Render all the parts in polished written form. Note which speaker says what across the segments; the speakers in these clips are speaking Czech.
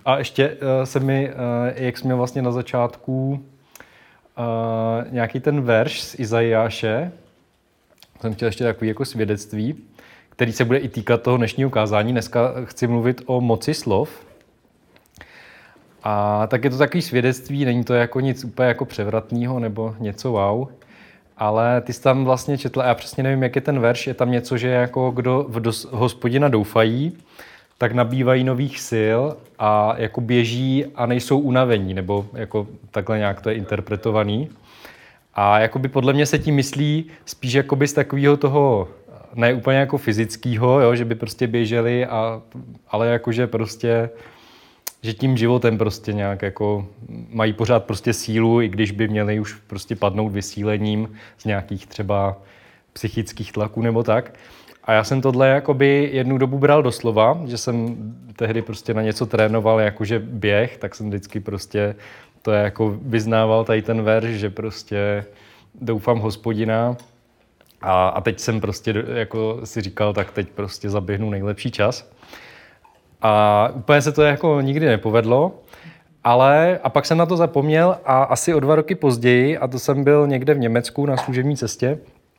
Speaker 1: A ještě jak jsi měl vlastně na začátku nějaký ten verš z Izajáše, jsem chtěl ještě takový jako svědectví, který se bude i týkat toho dnešního kázání. Dneska chci mluvit o moci slov. A tak je to takový svědectví, není to jako nic úplně jako převratného nebo něco wow, ale ty jsi tam vlastně četl, a já přesně nevím, jak je ten verš, je tam něco, že jako kdo v Hospodina doufají, tak nabývají nových sil a jako běží a nejsou unavení, nebo jako takhle nějak to je interpretovaný. A jakoby podle mě se tím myslí spíš jakoby z takového toho, ne úplně jako fyzického, jo, že by prostě běželi, ale jakože prostě, že tím životem prostě nějak jako mají pořád prostě sílu, i když by měli už prostě padnout vysílením z nějakých třeba psychických tlaků nebo tak. A já jsem tohle jakoby jednu dobu bral doslova, že jsem tehdy prostě na něco trénoval, jakože běh, tak jsem vždycky prostě to jako vyznával tady ten verš, že prostě doufám Hospodina. A teď jsem prostě jako si říkal, tak teď prostě zaběhnu nejlepší čas. A úplně se to jako nikdy nepovedlo, a pak jsem na to zapomněl a asi o 2 roky později, a to jsem byl někde v Německu na služební cestě,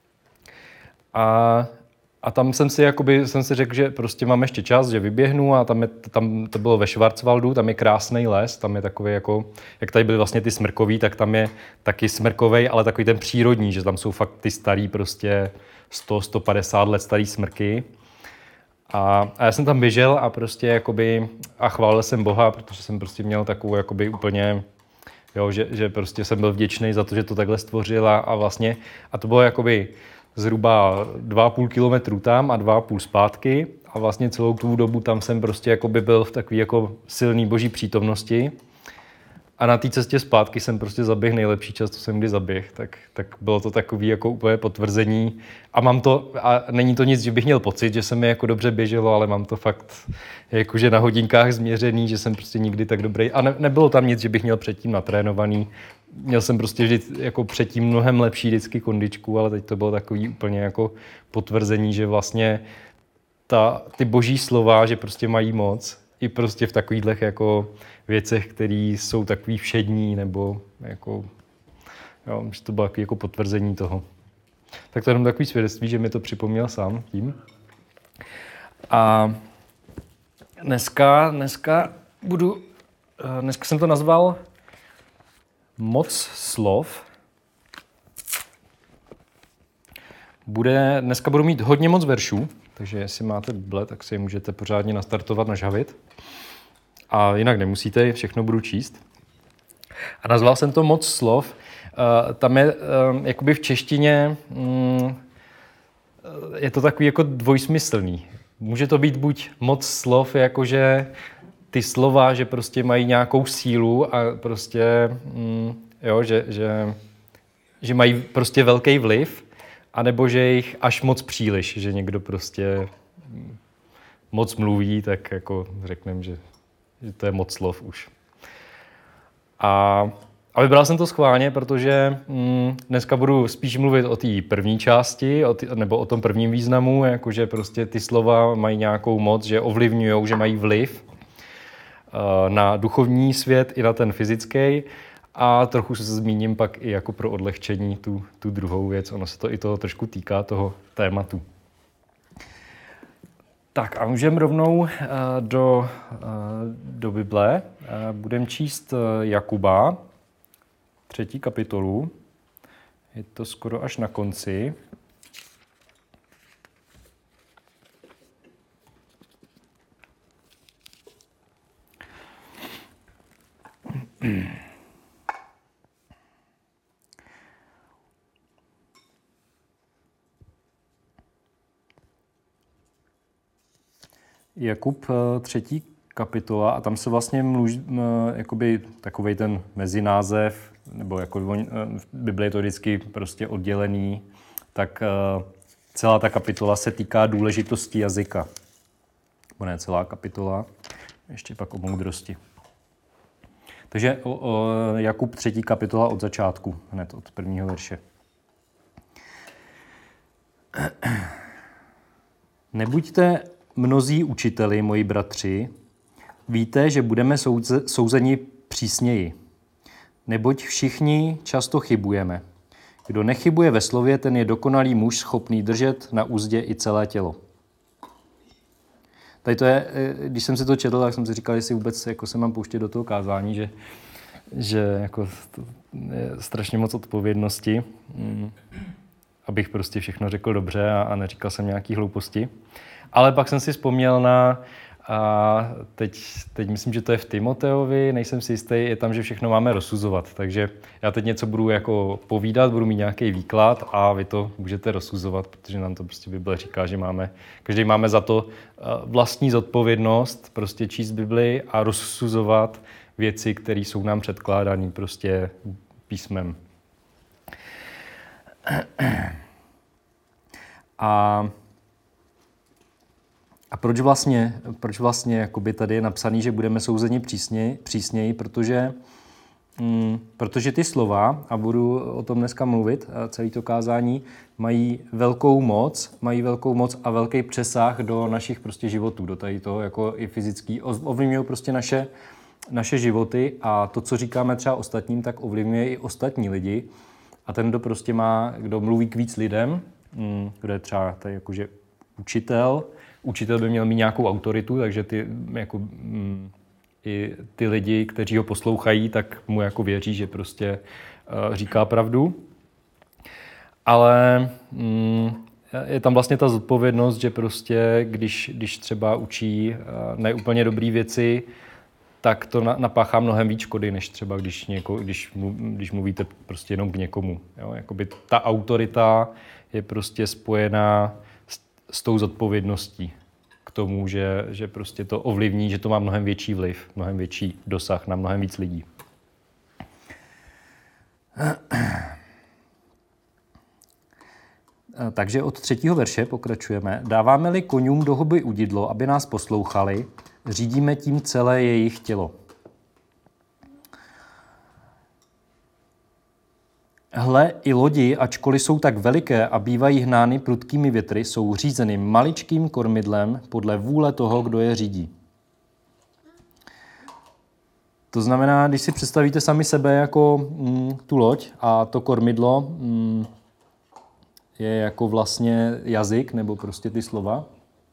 Speaker 1: a tam jsem si řekl, že prostě mám ještě čas, že vyběhnu, a tam to bylo ve Schwarzwaldu, tam je krásný les, tam je takový jako, jak tady byly vlastně ty smrkový, tak tam je taky smrkovej, ale takový ten přírodní, že tam jsou fakt ty starý prostě 100-150 let starý smrky. A já jsem tam běžel a prostě jakoby, a chválil jsem Boha, protože jsem prostě měl takovou jakoby úplně, jo, že prostě jsem byl vděčný za to, že to takhle stvořil, a vlastně, a to bylo jakoby zhruba 2,5 kilometru tam a 2,5 zpátky, a vlastně celou tu dobu tam jsem prostě jakoby byl v takové jako silný boží přítomnosti. A na té cestě zpátky jsem prostě zaběhl nejlepší čas, co jsem kdy zaběhl, tak bylo to takový jako úplně potvrzení. A není to nic, že bych měl pocit, že se mi jako dobře běželo, ale mám to fakt jakože na hodinkách změřený, že jsem prostě nikdy tak dobrý. A nebylo tam nic, že bych měl předtím natrénovaný. Měl jsem prostě vždy jako předtím mnohem lepší vždycky kondičku, ale teď to bylo takový úplně jako potvrzení, že vlastně ty boží slova, že prostě mají moc, i prostě v takových jako věcech, které jsou takový všední, nebo jako, jo, že to bylo jako potvrzení toho. Tak to je jenom takový svědectví, že mi to připomněl sám tím. A dneska jsem to nazval Moc slov. Dneska budu mít hodně moc veršů, takže jestli máte Bible, tak si je můžete pořádně nastartovat, nažhavit. A jinak nemusíte, všechno budu číst. A nazval jsem to Moc slov. Tam je jakoby v češtině je to takový jako dvojsmyslný. Může to být buď moc slov, jakože ty slova, že prostě mají nějakou sílu a prostě, jo, že mají prostě velký vliv, anebo že jich až moc příliš, že někdo prostě moc mluví, tak jako řekneme, že to je moc slov už. A vybral jsem to schválně, protože dneska budu spíš mluvit o té první části, nebo o tom prvním významu, jakože prostě ty slova mají nějakou moc, že ovlivňují, že mají vliv na duchovní svět i na ten fyzický. A trochu se zmíním pak i jako pro odlehčení tu druhou věc. Ono se to i toho trošku týká, toho tématu. Tak a můžeme rovnou do Bible. Budeme číst Jakuba, 3. kapitolu. Je to skoro až na konci. Jakub 3. kapitola, a tam se vlastně mluví jakoby takovej ten mezinázev, nebo jako v Bibli je to vždycky prostě oddělený, tak celá ta kapitola se týká důležitosti jazyka. Nebo ne celá kapitola, ještě pak o moudrosti. Takže Jakub 3. kapitola od začátku, hned od 1. verše. Nebuďte mnozí učiteli, moji bratři, Víte, že budeme souzeni přísněji, neboť všichni často chybujeme. Kdo nechybuje ve slově, ten je dokonalý muž, schopný držet na uzdě i celé tělo. Tady to je, když jsem si to četl, tak jsem si říkal, jestli vůbec jako se mám pouštět do toho kázání, že jako je strašně moc odpovědnosti, abych prostě všechno řekl dobře a neříkal jsem nějaký hlouposti. Ale pak jsem si vzpomněl a teď myslím, že to je v Timoteovi, nejsem si jistý, je tam, že všechno máme rozsuzovat. Takže já teď něco budu jako povídat, budu mít nějaký výklad a vy to můžete rozsuzovat, protože nám to prostě Bible říká, že každý máme za to vlastní zodpovědnost, prostě číst Bibli a rozsuzovat věci, které jsou nám předkládané prostě písmem. A proč vlastně jakoby tady je napsaný, že budeme souzeni přísněji, protože ty slova, a budu o tom dneska mluvit, celé to kázání, mají velkou moc a velký přesah do našich prostě životů, do tady toho jako i fyzický, ovlivňují prostě naše životy a to, co říkáme třeba ostatním, tak ovlivňuje i ostatní lidi. A ten, kdo mluví k víc lidem, kdo je třeba tady jakože učitel by měl mít nějakou autoritu, takže i ty lidi, kteří ho poslouchají, tak mu jako věří, že prostě říká pravdu. Ale je tam vlastně ta zodpovědnost, že prostě, když třeba učí neúplně dobré věci, tak to napáchá mnohem víc škody, než třeba když mluvíte prostě jenom k někomu. Jo? Jakoby ta autorita je prostě spojená s tou zodpovědností k tomu, že prostě to ovlivní, že to má mnohem větší vliv, mnohem větší dosah na mnohem víc lidí. Takže od 3. verše pokračujeme. Dáváme-li koňům do huby udidlo, aby nás poslouchali, řídíme tím celé jejich tělo. Hle, i lodi, ačkoliv jsou tak veliké a bývají hnány prudkými větry, jsou řízeny maličkým kormidlem podle vůle toho, kdo je řídí. To znamená, když si představíte sami sebe jako tu loď a to kormidlo je jako vlastně jazyk nebo prostě ty slova,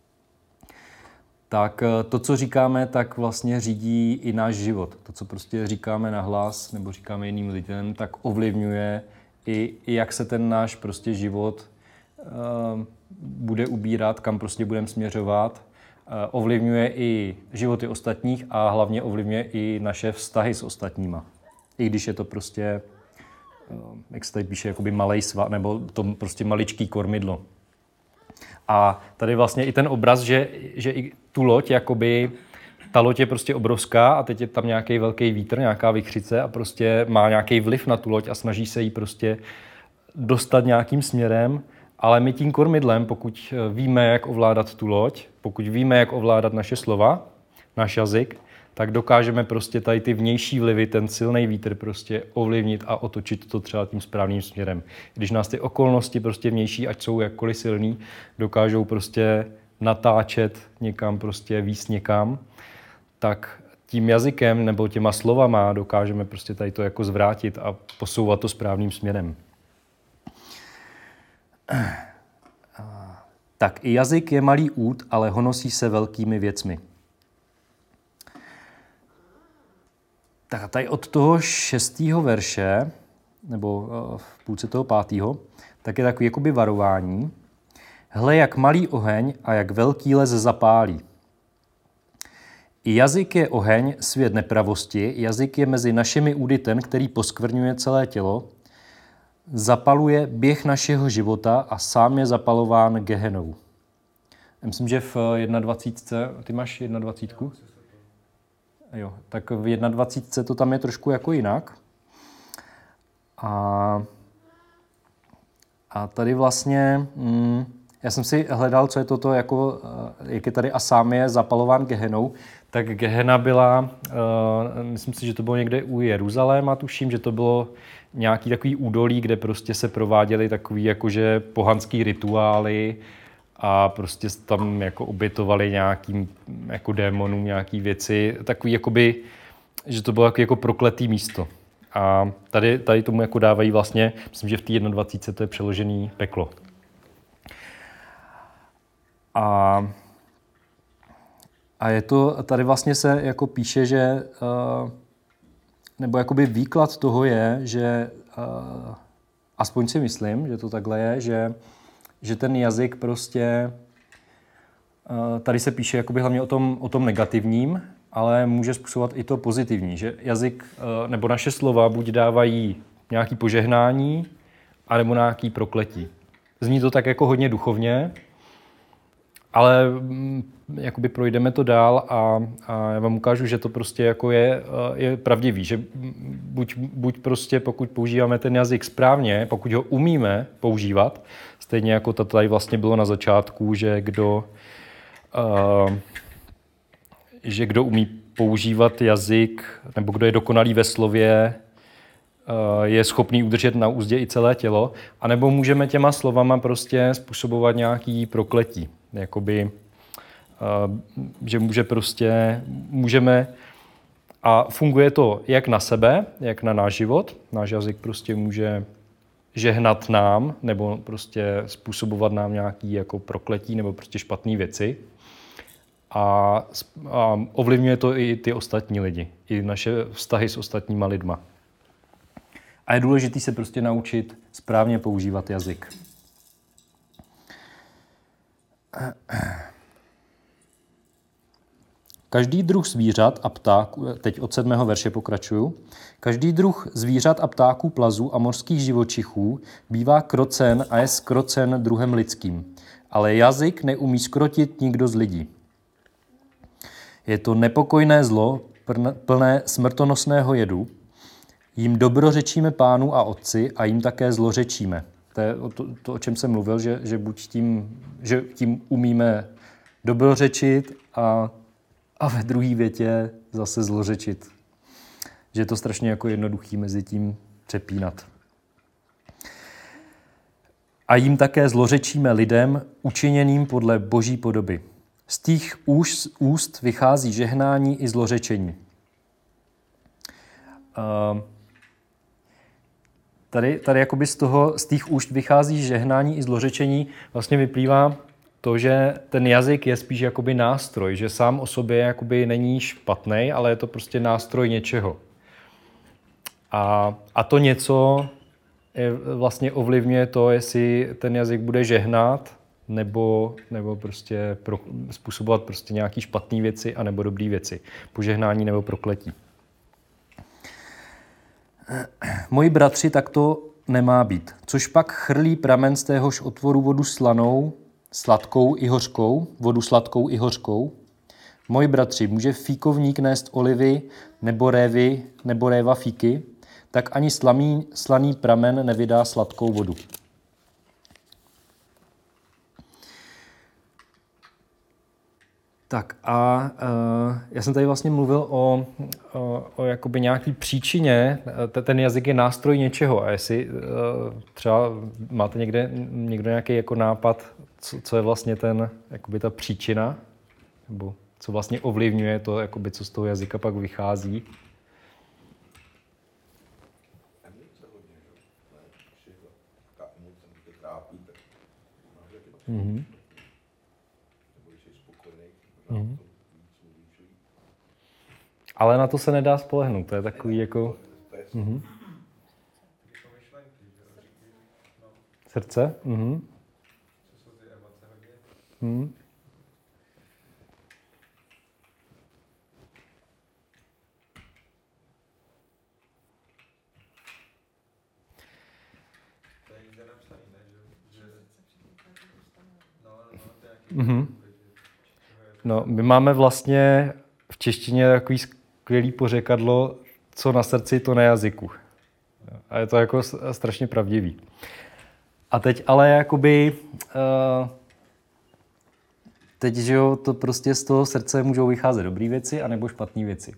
Speaker 1: tak to, co říkáme, tak vlastně řídí i náš život. To, co prostě říkáme nahlas nebo říkáme jiným lidem, tak ovlivňuje i jak se ten náš prostě život bude ubírat, kam prostě budeme směřovat. Ovlivňuje i životy ostatních a hlavně ovlivňuje i naše vztahy s ostatníma. I když je to prostě, jak se tady píše, jakoby malej svat, nebo to prostě maličký kormidlo. A tady vlastně i ten obraz, že i tu loď, jakoby, ta loď je prostě obrovská a teď je tam nějaký velký vítr, nějaká vichřice a prostě má nějaký vliv na tu loď a snaží se jí prostě dostat nějakým směrem, ale my tím kormidlem, pokud víme, jak ovládat tu loď, pokud víme, jak ovládat naše slova, náš jazyk, tak dokážeme prostě tady ty vnější vlivy, ten silný vítr prostě ovlivnit a otočit to třeba tím správným směrem. Když nás ty okolnosti prostě vnější, ať jsou jakkoliv silný, dokážou prostě natáčet někam, prostě víc někam, tak tím jazykem nebo těma slovama dokážeme prostě tady to jako zvrátit a posouvat to správným směrem. Tak i jazyk je malý út, ale honosí se velkými věcmi. Tak tady od toho 6. verše, nebo v půlce toho 5., tak je takový jakoby varování. Hle, jak malý oheň a jak velký les zapálí. I jazyk je oheň, svět nepravosti, jazyk je mezi našimi údy ten, který poskvrňuje celé tělo, zapaluje běh našeho života a sám je zapalován Gehenou. Myslím, že v 21. Ty máš 21? Jo, tak v 21. to tam je trošku jako jinak. A tady vlastně, já jsem si hledal, co je toto, jako, jak je tady a sám je zapalován Gehenou, tak Gehena byla, myslím si, že to bylo někde u Jeruzaléma, tuším, že to bylo nějaký takový údolí, kde prostě se prováděly takový jakože pohanský rituály a prostě tam jako obětovali nějakým jako démonům nějaký věci, takový jakoby, že to bylo jako prokletý místo. A tady tomu jako dávají vlastně, myslím, že v té 21. to je přeložený peklo. A je to, tady vlastně se jako píše, že, nebo jakoby výklad toho je, že, aspoň si myslím, že to takhle je, že ten jazyk prostě, tady se píše jakoby hlavně o tom negativním, ale může způsobovat i to pozitivní, že jazyk nebo naše slova buď dávají nějaké požehnání, anebo nějaké prokletí. Zní to tak jako hodně duchovně, ale jakoby projdeme to dál a já vám ukážu, že to prostě jako je pravdivý, že buď prostě pokud používáme ten jazyk správně, pokud ho umíme používat, stejně jako to tady vlastně bylo na začátku, že kdo umí používat jazyk, nebo kdo je dokonalý ve slově, je schopný udržet na úzdě i celé tělo, anebo můžeme těma slovama prostě způsobovat nějaký prokletí. Jakoby, že můžeme, a funguje to jak na sebe, jak na náš život. Náš jazyk prostě může žehnat nám, nebo prostě způsobovat nám nějaký jako prokletí, nebo prostě špatné věci. A ovlivňuje to i ty ostatní lidi, i naše vztahy s ostatníma lidma. A je důležité se prostě naučit správně používat jazyk. Každý druh zvířat a ptáků, teď od 7. verše pokračuju, každý druh zvířat a ptáků, plazů a mořských živočichů bývá krocen a je skrocen druhem lidským, ale jazyk neumí skrotit nikdo z lidí. Je to nepokojné zlo, plné smrtonosného jedu, jim dobrořečíme Pánu a Otci a jim také zlořečíme. To je to, o čem jsem mluvil, že buď tím umíme dobrořečit a ve druhé větě zase zlořečit. Že je to strašně jako jednoduchý mezi tím přepínat. A jim také zlořečíme lidem učiněným podle Boží podoby. Z těch úst vychází žehnání i zlořečení. Tady jakoby z těch úst vychází žehnání i zlořečení, vlastně vyplývá to, že ten jazyk je spíš jakoby nástroj, že sám o sobě jakoby není špatný, ale je to prostě nástroj něčeho. A to něco vlastně ovlivňuje to, jestli ten jazyk bude žehnat, nebo prostě způsobovat prostě nějaký špatné věci, anebo dobré věci. Požehnání nebo prokletí. Moji bratři, tak to nemá být. Což pak chrlí pramen z téhož otvoru vodu slanou, sladkou i hořkou, vodu sladkou i hořkou. Moji bratři, může fíkovník nést olivy nebo réva fíky, tak ani slaný pramen nevydá sladkou vodu. Tak a já jsem tady vlastně mluvil o jakoby nějaký příčině. Ten jazyk je nástroj něčeho a jestli třeba máte někdo nějaký jako nápad, co je vlastně jakoby ta příčina, nebo co vlastně ovlivňuje to, jakoby, co z toho jazyka pak vychází. Mm-hmm. Mm-hmm. Ale na to se nedá spolehnout, to je takový jako... Mm-hmm. Srdce? Mm-hmm. Mm-hmm. Mm-hmm. No, my máme vlastně v češtině takový skvělý pořekadlo, co na srdci, to na jazyku. A je to jako strašně pravdivý. A teď ale jakoby, teď, že jo, to prostě z toho srdce můžou vycházet dobré věci anebo špatné věci.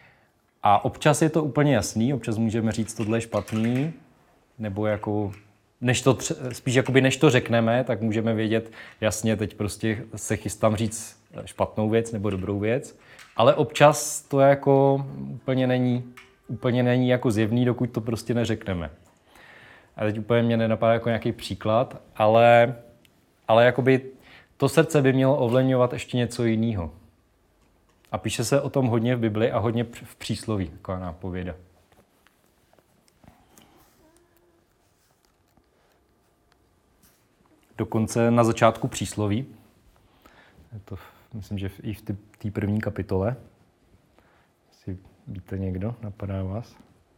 Speaker 1: A občas je to úplně jasný, občas můžeme říct, tohle je špatný, nebo jako spíš jakoby než to řekneme, tak můžeme vědět, jasně, teď prostě se chystám říct špatnou věc nebo dobrou věc, ale občas to jako úplně není jako zjevný, dokud to prostě neřekneme. A teď úplně mě nenapadá jako nějaký příklad, ale jakoby to srdce by mělo ovlivňovat ještě něco jiného. A píše se o tom hodně v Bibli a hodně v přísloví, taková nápověda. Dokonce na začátku přísloví, myslím, že i v té první kapitole, jestli víte někdo, napadá vás?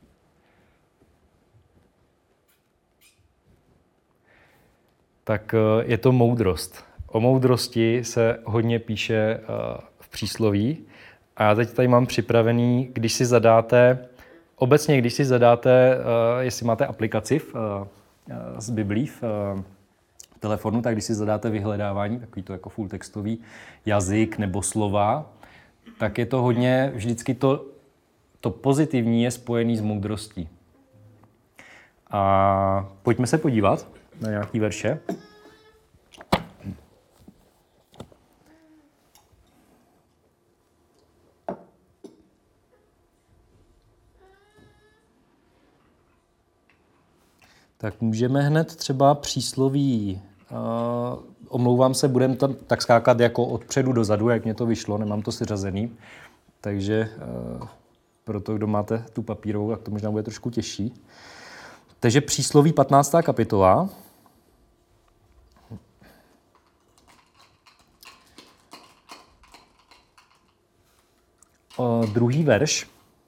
Speaker 1: Tak je to moudrost. O moudrosti se hodně píše v přísloví. A já teď tady mám připravený, když si zadáte, jestli máte aplikaci z Biblí v telefonu, tak když si zadáte vyhledávání, takový to jako full textový jazyk nebo slova, tak je to hodně, vždycky to pozitivní je spojený s moudrostí. A pojďme se podívat na nějaký verše. Tak můžeme hned třeba přísloví, omlouvám se, budeme tam tak skákat jako odpředu dozadu, jak mě to vyšlo, nemám to seřazený, takže pro to, kdo máte tu papírovou, tak to možná bude trošku těžší. Takže přísloví 15. kapitola. Druhý verš,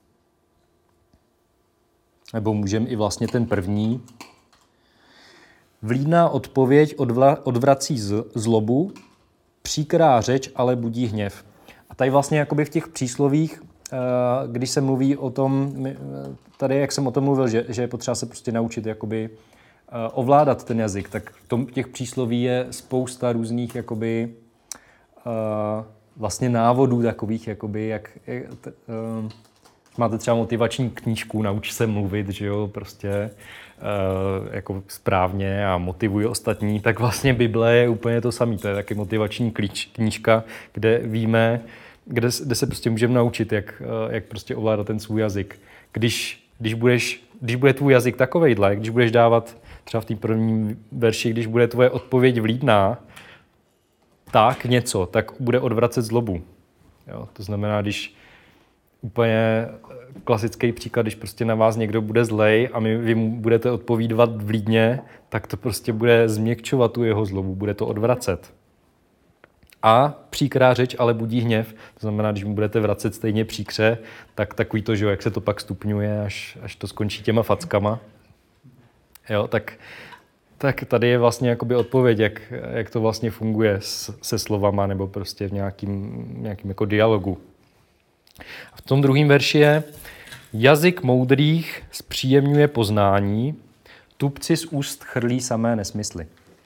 Speaker 1: nebo můžeme i vlastně ten první. Vlídná odpověď odvrací zlobu, příkrá řeč ale budí hněv. A tady vlastně jakoby v těch příslovích, když se mluví o tom, tady jak jsem o tom mluvil, že je potřeba se prostě naučit jakoby ovládat ten jazyk, tak v těch přísloví je spousta různých jakoby vlastně návodů takových, jakoby máte třeba motivační knížku Nauč se mluvit, že jo, prostě jako správně a motivuje ostatní, tak vlastně Bible je úplně to samé. To je taky motivační knížka, kde víme, kde se prostě můžeme naučit, jak prostě ovládat ten svůj jazyk. Když bude tvůj jazyk takovejhle, když budeš dávat třeba v té první verši, když bude tvoje odpověď vlídná, tak bude odvracet zlobu. Jo, to znamená, když úplně klasický příklad, když prostě na vás někdo bude zlej a vy mu budete odpovídat vlídně, tak to prostě bude změkčovat tu jeho zlobu, bude to odvracet. A příkrá řeč ale budí hněv, to znamená, když mu budete vracet stejně příkře, tak takový to, že jak se to pak stupňuje, až to skončí těma fackama. Jo, tak tady je vlastně jakoby odpověď, jak to vlastně funguje se slovama nebo prostě v nějakým jako dialogu. A v tom druhém verši je: jazyk moudrých zpříjemňuje poznání, tupci z úst chrlí samé nesmysly.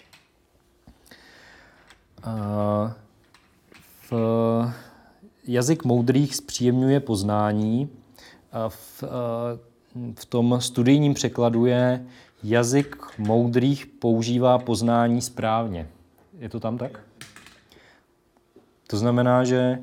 Speaker 1: Jazyk moudrých zpříjemňuje poznání. V tom studijním překladu je: jazyk moudrých používá poznání správně. Je to tam tak? To znamená, že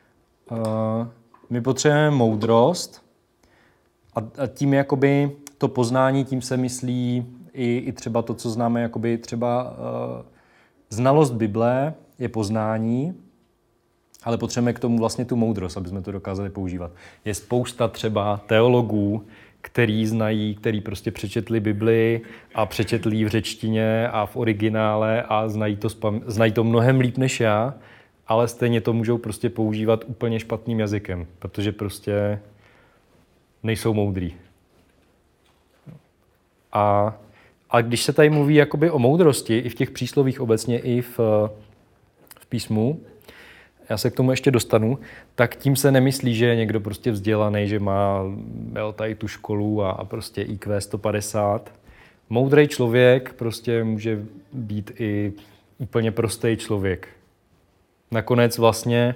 Speaker 1: my potřebujeme moudrost a tím jakoby to poznání, tím se myslí i třeba to, co známe, jakoby třeba znalost Bible je poznání, ale potřebujeme k tomu vlastně tu moudrost, aby jsme to dokázali používat. Je spousta třeba teologů, který prostě přečetli Bibli a přečetli ji v řečtině a v originále a znají to mnohem líp než já, ale stejně to můžou prostě používat úplně špatným jazykem, protože prostě nejsou moudrý. A když se tady mluví jakoby o moudrosti, i v těch příslovích obecně, i v písmu, já se k tomu ještě dostanu, tak tím se nemyslí, že je někdo prostě vzdělaný, že má tady tu školu a prostě IQ 150. Moudrý člověk prostě může být i úplně prostý člověk. Nakonec vlastně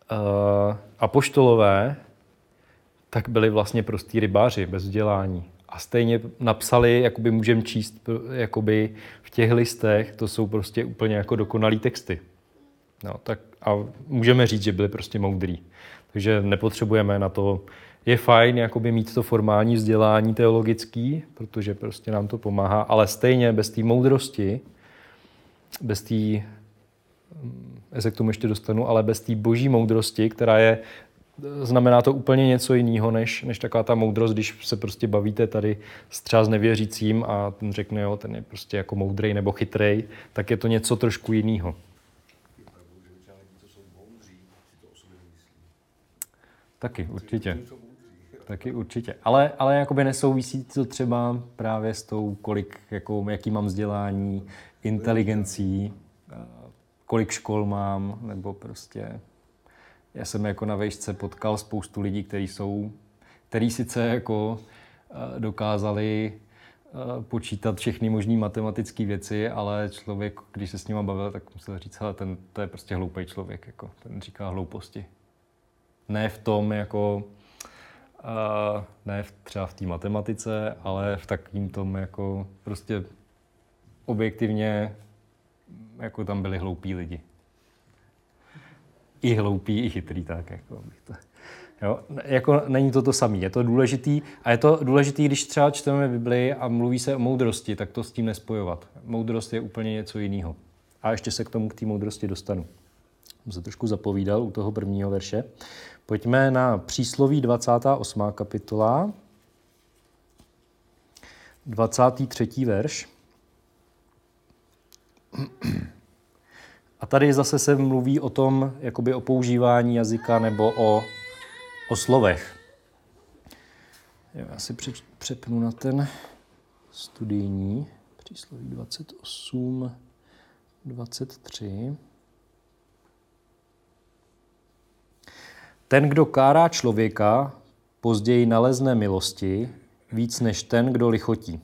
Speaker 1: apoštolové tak byli vlastně prostí rybáři bez vzdělání. A stejně napsali, jakoby můžeme číst jakoby v těch listech, to jsou prostě úplně jako dokonalý texty. No, tak a můžeme říct, že byli prostě moudrý. Takže nepotřebujeme na to. Je fajn jakoby mít to formální vzdělání teologický, protože prostě nám to pomáhá, ale stejně bez té moudrosti, bez té, já se k tomu ještě dostanu, ale bez té boží moudrosti, která je, znamená to úplně něco jiného, než taková ta moudrost, když se prostě bavíte tady třeba s nevěřícím a ten řekne, jo, ten je prostě jako moudrej nebo chytrej, tak je to něco trošku jiného. Taky, určitě. Taky určitě. Ale jakoby nesouvisí to třeba právě s tou, jaký mám vzdělání, inteligencí, kolik škol mám, nebo prostě... Já jsem jako na vejšce potkal spoustu lidí, kteří sice jako dokázali počítat všechny možné matematické věci, ale člověk, když se s nima bavil, tak musel říct, hele, to je prostě hloupý člověk, jako, ten říká hlouposti. Ne v tom, jako, ne třeba v té matematice, ale v takovým tom, jako prostě objektivně, jako tam byli hloupí lidi. I hloupí, i chytrý, tak jako bych to... Jo, jako není to samé, je to důležitý a je to důležitý, když třeba čteme Biblii a mluví se o moudrosti, tak to s tím nespojovat. Moudrost je úplně něco jiného. A ještě se k té moudrosti dostanu. Jsem se trošku zapovídal u toho prvního verše. Pojďme na Přísloví 28. kapitola, 23. verš. A tady zase se mluví o tom, jakoby o používání jazyka nebo o slovech. Jo, já si přepnu na ten studijní, Přísloví 28, 23. Ten, kdo kárá člověka, později nalezne milosti víc než ten, kdo lichotí.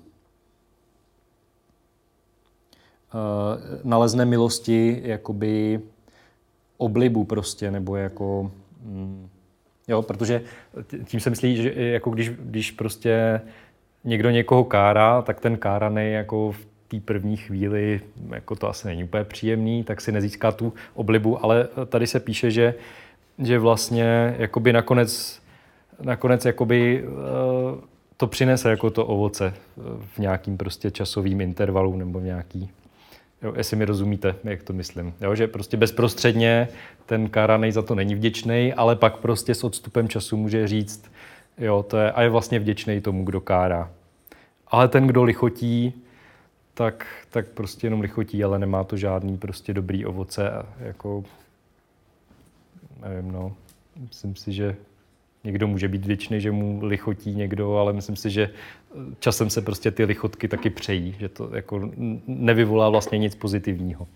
Speaker 1: Nalezne milosti jakoby oblibu prostě, nebo jako... Jo, protože tím se myslí, že jako když prostě někdo někoho kárá, tak ten káraný jako v té první chvíli, jako to asi není úplně příjemný, tak si nezíská tu oblibu, ale tady se píše, že vlastně jakoby nakonec jakoby to přinese jako to ovoce v nějakým prostě časovým intervalu nebo v nějaký... Jo, jestli mi rozumíte, jak to myslím. Jo, že prostě bezprostředně ten káranej za to není vděčný, ale pak prostě s odstupem času může říct, jo, to je, a je vlastně vděčný tomu, kdo kárá. Ale ten, kdo lichotí, tak prostě jenom lichotí, ale nemá to žádný prostě dobrý ovoce. Jako, nevím, no, myslím si, že někdo může být vděčný, že mu lichotí někdo, ale myslím si, že časem se prostě ty lichotky taky přejí, že to jako nevyvolá vlastně nic pozitivního.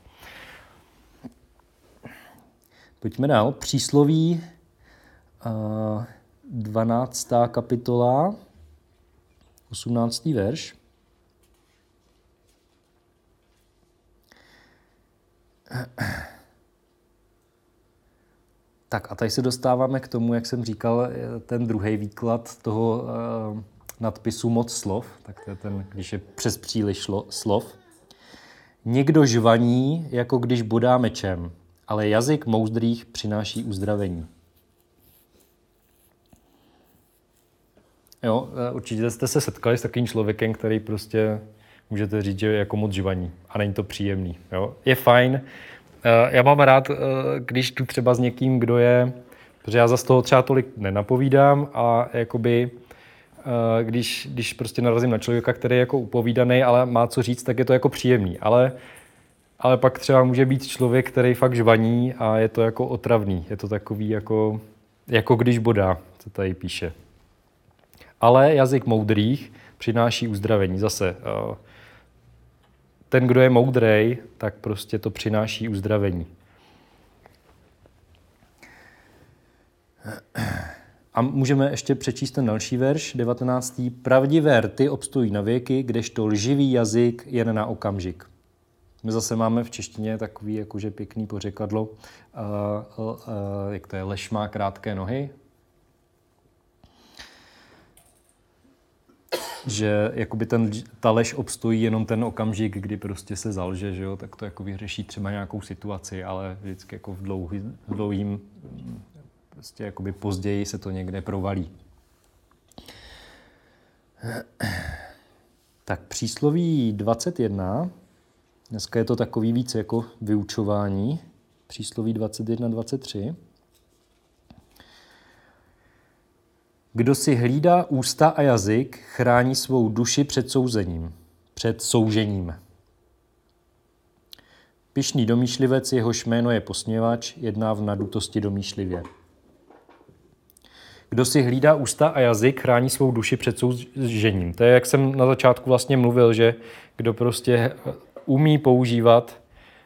Speaker 1: Pojďme dál. Přísloví 12. kapitola, 18. verš. Tak a tady se dostáváme k tomu, jak jsem říkal, ten druhý výklad toho nadpisu moc slov, tak to je ten, když je přes příliš slov. Někdo žvaní, jako když bodá mečem, ale jazyk moudrých přináší uzdravení. Jo, určitě jste se setkali s takovým člověkem, který prostě můžete říct, že je jako moc žvaní a není to příjemný. Jo? Je fajn. Já mám rád, když tu třeba s někým, kdo je, protože já za toho třeba tolik nenapovídám a jakoby, když prostě narazím na člověka, který je jako upovídaný, ale má co říct, tak je to jako příjemný. Ale pak třeba může být člověk, který fakt žvaní a je to jako otravný. Je to takový jako když bodá, co tady píše. Ale jazyk moudrých přináší uzdravení. Zase ten, kdo je moudrej, tak prostě to přináší uzdravení. A můžeme ještě přečíst ten další verš, 19. Pravdivé rty obstojí na věky, kdežto lživý jazyk jen na okamžik. My zase máme v češtině takový jakože pěkný pořekadlo, jak to je, lež má krátké nohy. že jakoby ta lež obstojí jenom ten okamžik, kdy prostě se zalže, že jo, tak to jako vyřeší třeba nějakou situaci, ale vždycky jako v dlouhým prostě jakoby později se to někde provalí. Tak přísloví 21, dneska je to takový víc jako vyučování, přísloví 21-23. Kdo si hlídá ústa a jazyk, chrání svou duši před soužením. Pyšný domýšlivec, jehož jméno je posměvač, jedná v nadutosti domýšlivě. Kdo si hlídá ústa a jazyk, chrání svou duši před soužením. To je, jak jsem na začátku vlastně mluvil, že kdo prostě umí používat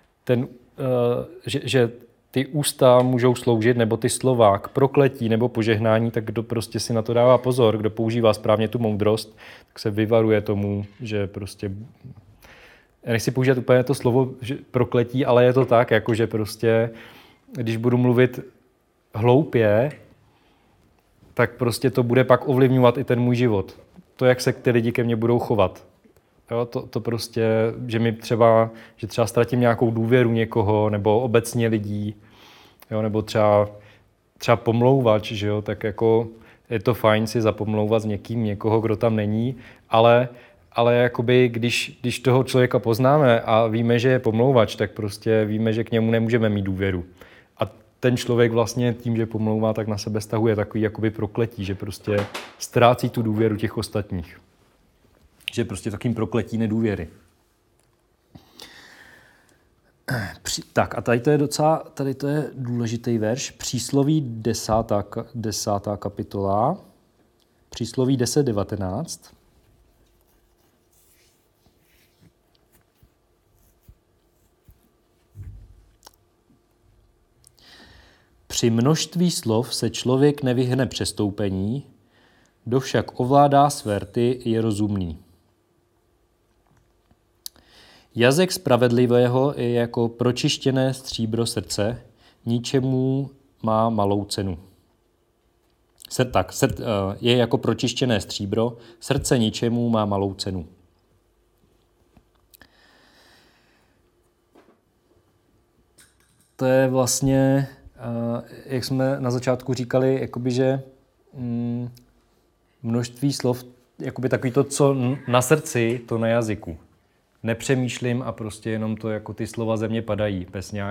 Speaker 1: že ty ústa můžou sloužit, nebo ty slova k prokletí nebo požehnání, tak kdo prostě si na to dává pozor, kdo používá správně tu moudrost, tak se vyvaruje tomu, že prostě... Já nechci používat úplně to slovo že prokletí, ale je to tak, jako že prostě, když budu mluvit hloupě, tak prostě to bude pak ovlivňovat i ten můj život. To, jak se ty lidi ke mně budou chovat. Jo, to prostě, že třeba ztratím nějakou důvěru někoho, nebo obecně lidí, jo, nebo třeba pomlouvač, že jo, tak jako je to fajn si zapomlouvat s někým, někoho, kdo tam není, ale jakoby, když toho člověka poznáme a víme, že je pomlouvač, tak prostě víme, že k němu nemůžeme mít důvěru. A ten člověk vlastně tím, že pomlouvá, tak na sebe stahuje takový jakoby prokletí, že prostě ztrácí tu důvěru těch ostatních. Že prostě takým prokletí nedůvěry. Tak a tady to je důležitý verš. Přísloví 10. kapitola. Přísloví 10:19. Při množství slov se člověk nevyhne přestoupení, kdo však ovládá své rty, je rozumný. Jazyk spravedlivého je jako pročištěné stříbro srdce, ničemu má malou cenu. Je jako pročištěné stříbro, srdce ničemu má malou cenu. To je vlastně, jak jsme na začátku říkali, jakoby, že množství slov, jakoby takový to, co na srdci, to na jazyku. Nepřemýšlím a prostě jenom to, jako ty slova ze mě padají,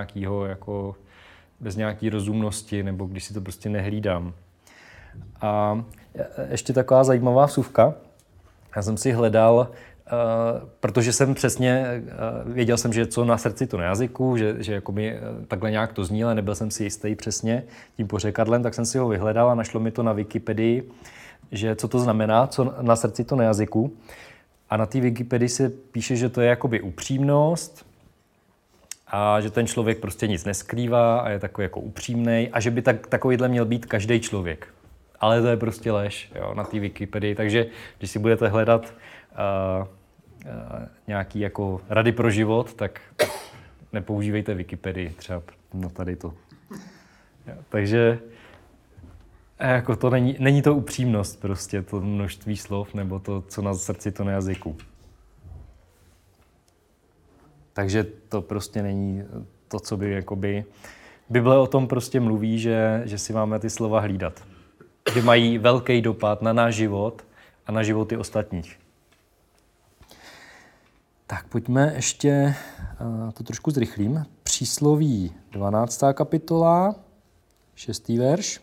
Speaker 1: bez nějaký rozumnosti, nebo když si to prostě nehlídám. A ještě taková zajímavá vsuvka. Já jsem si hledal, protože jsem přesně, věděl jsem, že co na srdci, to na jazyku, že jakoby takhle nějak to zní, ale nebyl jsem si jistý přesně tím pořekadlem, tak jsem si ho vyhledal a našlo mi to na Wikipedii, že co to znamená, co na srdci, to na jazyku. A na té Wikipedii se píše, že to je jakoby upřímnost a že ten člověk prostě nic neskrývá a je takový jako upřímnej a že by takovýhle měl být každý člověk. Ale to je prostě lež, jo, na té Wikipedii. Takže když si budete hledat nějaký jako rady pro život, tak nepoužívejte Wikipedii třeba na tady to. Jo, takže jako to není to upřímnost prostě, to množství slov, nebo to, co na srdci, to na jazyku. Takže to prostě není to, co by jakoby... Bible o tom prostě mluví, že si máme ty slova hlídat. Že mají velký dopad na náš život a na životy ostatních. Tak pojďme ještě, to trošku zrychlím. Přísloví 12. kapitola, 6. verš.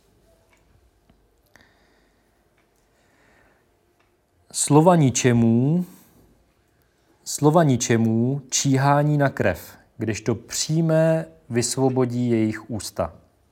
Speaker 1: Slova ničemu, číhání na krev, kdežto přímé vysvobodí jejich ústa.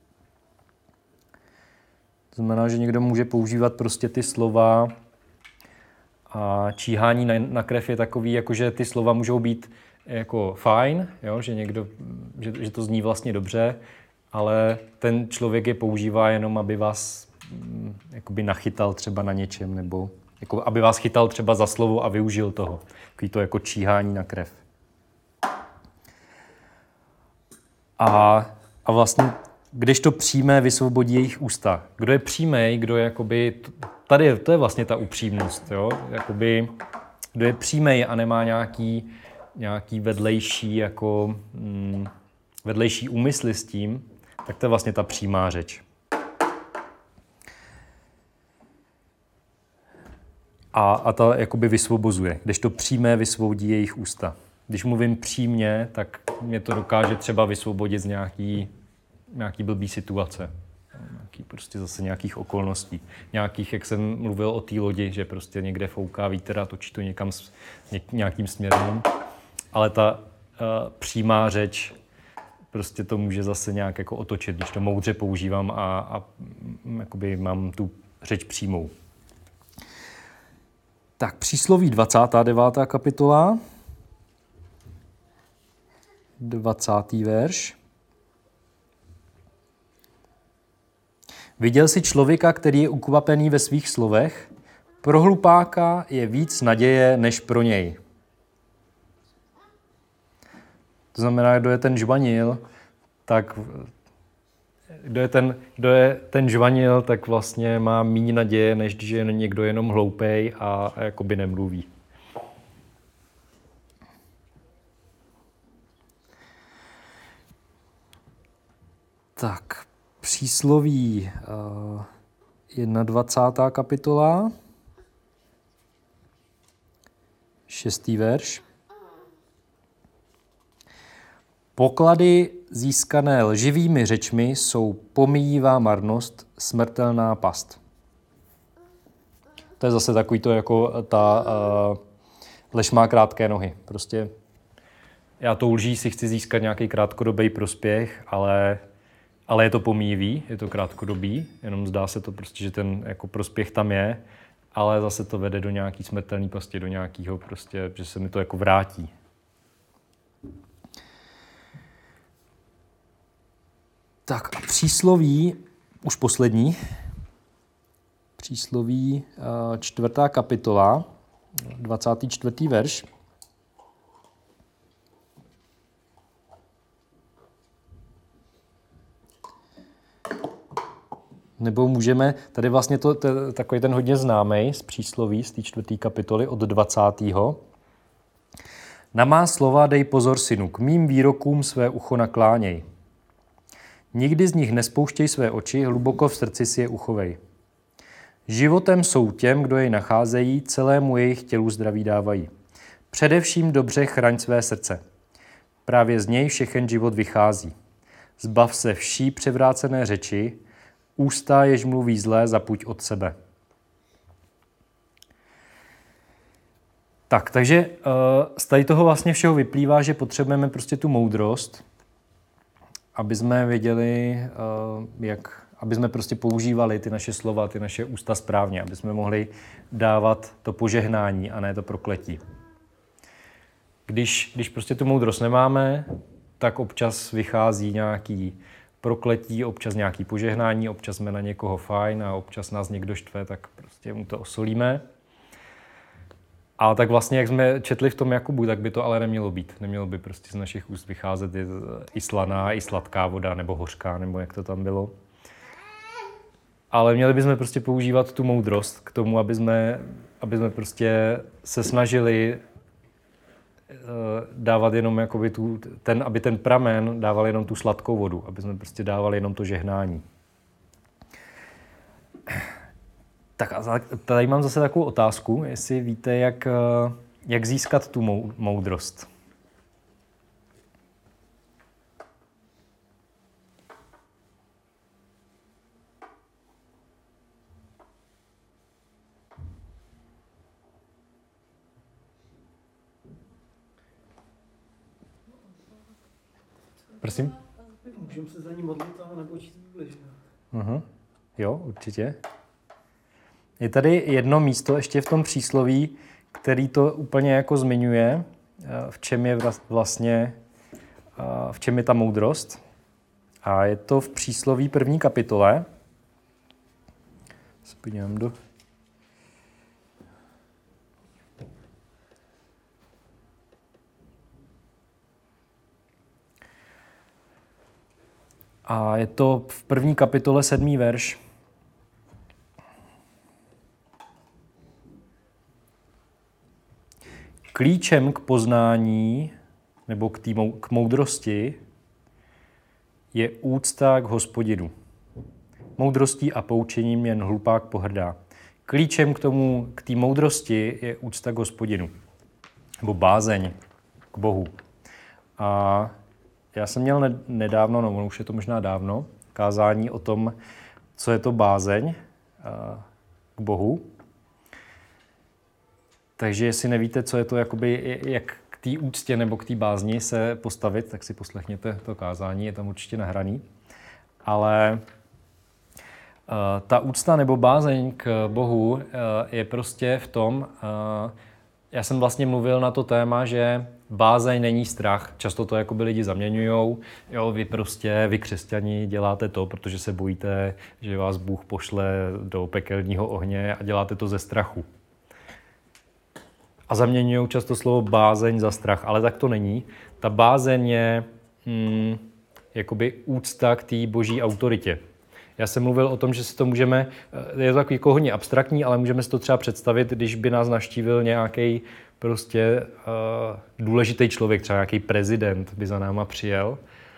Speaker 1: To znamená, že někdo může používat prostě ty slova a číhání na krev je takový, jakože ty slova můžou být jako fajn, jo, že to zní vlastně dobře, ale ten člověk je používá jenom, aby vás jakoby nachytal třeba na něčem, nebo jako aby vás chytal třeba za slovo a využil toho. Takový to jako číhání na krev. A vlastně Kdežto přímé vysvobodí jejich ústa. Kdo je přímej, kdo je jakoby, tady to je vlastně ta upřímnost, jo? Jakoby, kdo je přímej a nemá nějaký vedlejší, jako, vedlejší úmysly s tím, tak to je vlastně ta přímá řeč. A ta jakoby vysvobozuje, kdežto přímé vysvobodí jejich ústa. Když mluvím přímě, tak mě to dokáže třeba vysvobodit z nějaký blbý situace. Prostě zase nějakých okolností. Nějakých, jak jsem mluvil o té lodi, že prostě někde fouká vítr a točí to někam nějakým směrem. Ale ta přímá řeč prostě to může zase nějak jako otočit, když to moudře používám a jakoby mám tu řeč přímou. Tak, přísloví 29. kapitola, 20. verš. Viděl jsi člověka, který je ukvapený ve svých slovech? Pro hlupáka je víc naděje, než pro něj. To znamená, kdo je ten žvanil, tak kdo je ten žvanil, tak vlastně má méně naděje, než když je někdo jenom hloupej a jakoby nemluví. Tak, přísloví 21. kapitola, 6. verš. Poklady získané lživými řečmi jsou pomíjivá marnost, smrtelná past. To je zase takový to, jako ta lež má krátké nohy. Prostě já tou lží si chci získat nějaký krátkodobý prospěch, ale je to pomíjivý, je to krátkodobý, jenom zdá se to prostě, že ten jako prospěch tam je, ale zase to vede do nějaký smrtelný pasti, do nějakého prostě, že se mi to jako vrátí. Tak a přísloví, už poslední, přísloví 4. kapitola, 24. verš. Nebo můžeme, tady vlastně to takový ten hodně známý z přísloví, z té 4. kapitoly od 20. Na má slova dej pozor, synu, k mým výrokům své ucho nakláněj. Nikdy z nich nespouštěj své oči, hluboko v srdci si je uchovej. Životem jsou těm, kdo jej nacházejí, celému jejich tělu zdraví dávají. Především dobře chraň své srdce. Právě z něj všechen život vychází. Zbav se vší převrácené řeči, ústa, jež mluví zlé, zapuď od sebe. Tak, takže z tady toho vlastně všeho vyplývá, že potřebujeme prostě tu moudrost, aby jsme věděli, aby jsme prostě používali ty naše slova, ty naše ústa správně, aby jsme mohli dávat to požehnání a ne to prokletí. Když prostě tu moudrost nemáme, tak občas vychází nějaký prokletí, občas nějaký požehnání, občas jsme na někoho fajn a občas nás někdo štve, tak prostě mu to osolíme. A tak vlastně, jak jsme četli v tom Jakubu, tak by to ale nemělo být. Nemělo by prostě z našich úst vycházet i slaná, i sladká voda, nebo hořká, nebo jak to tam bylo. Ale měli bychom prostě používat tu moudrost k tomu, aby jsme prostě se snažili dávat jenom jakoby aby ten pramen dával jenom tu sladkou vodu, aby jsme prostě dávali jenom to žehnání. Tak a tady mám zase takovou otázku, jestli víte, jak získat tu moudrost. Prosím?
Speaker 2: Můžeme se za ní modlit, ale nebo číst Bibli, že?
Speaker 1: Jo, určitě. Je tady jedno místo ještě v tom přísloví, který to úplně jako zmiňuje, v čem je vlastně, v čem je ta moudrost. A je to v přísloví 1. kapitole. Se podívám do... A je to v 1. kapitole 7. verš. Klíčem k poznání nebo k moudrosti je úcta k Hospodinu. Moudrostí a poučením jen hlupák pohrdá. Klíčem k té moudrosti je úcta k Hospodinu. Nebo bázeň k Bohu. A já jsem měl nedávno, no už je to možná dávno, kázání o tom, co je to bázeň k Bohu. Takže jestli nevíte, co je to, jakoby, jak k té úctě nebo k té bázni se postavit, tak si poslechněte to kázání, je tam určitě nahraný. Ale ta úcta nebo bázeň k Bohu je prostě v tom, já jsem vlastně mluvil na to téma, že bázeň není strach. Často to jakoby lidi zaměňujou. Jo, vy křesťani děláte to, protože se bojíte, že vás Bůh pošle do pekelního ohně a děláte to ze strachu. A zaměňují často slovo bázeň za strach, ale tak to není. Ta bázeň je jakoby úcta k té boží autoritě. Já jsem mluvil o tom, že si to můžeme, je to takový jako hodně abstraktní, ale můžeme si to třeba představit, když by nás navštívil nějaký prostě důležitý člověk, třeba nějaký prezident by za náma přijel.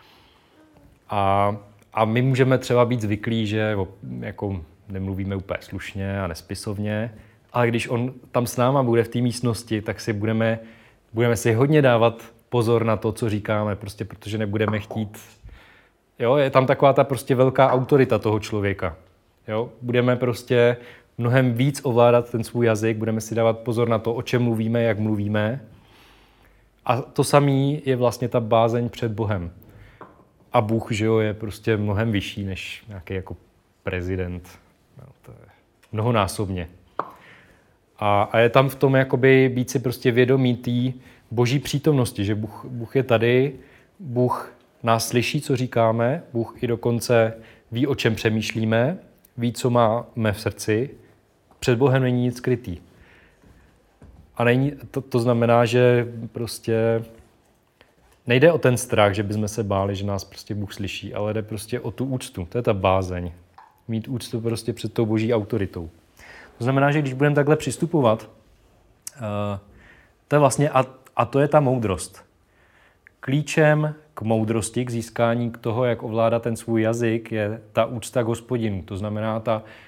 Speaker 1: A my můžeme třeba být zvyklí, že jako nemluvíme úplně slušně a nespisovně, ale když on tam s náma bude v té místnosti, tak si budeme si hodně dávat pozor na to, co říkáme, prostě protože nebudeme chtít. Jo, je tam taková ta prostě velká autorita toho člověka. Jo, budeme prostě mnohem víc ovládat ten svůj jazyk, budeme si dávat pozor na to, o čem mluvíme, jak mluvíme. A to samé je vlastně ta bázeň před Bohem. A Bůh, že jo, je prostě mnohem vyšší než nějaký jako prezident. No, to je mnohonásobně. A je tam v tom jakoby být si prostě vědomý té boží přítomnosti, že Bůh je tady, Bůh nás slyší, co říkáme, Bůh i dokonce ví, o čem přemýšlíme, ví, co máme v srdci. Před Bohem není nic skrytý. A to znamená, že prostě nejde o ten strach, že bychom se báli, že nás prostě Bůh slyší, ale jde prostě o tu úctu. To je ta bázeň. Mít úctu prostě před tou boží autoritou. To znamená, že když budeme takhle přistupovat, to je vlastně, a to je ta moudrost. Klíčem k moudrosti, k získání k toho, jak ovládat ten svůj jazyk, je ta úcta k Hospodinu. To znamená,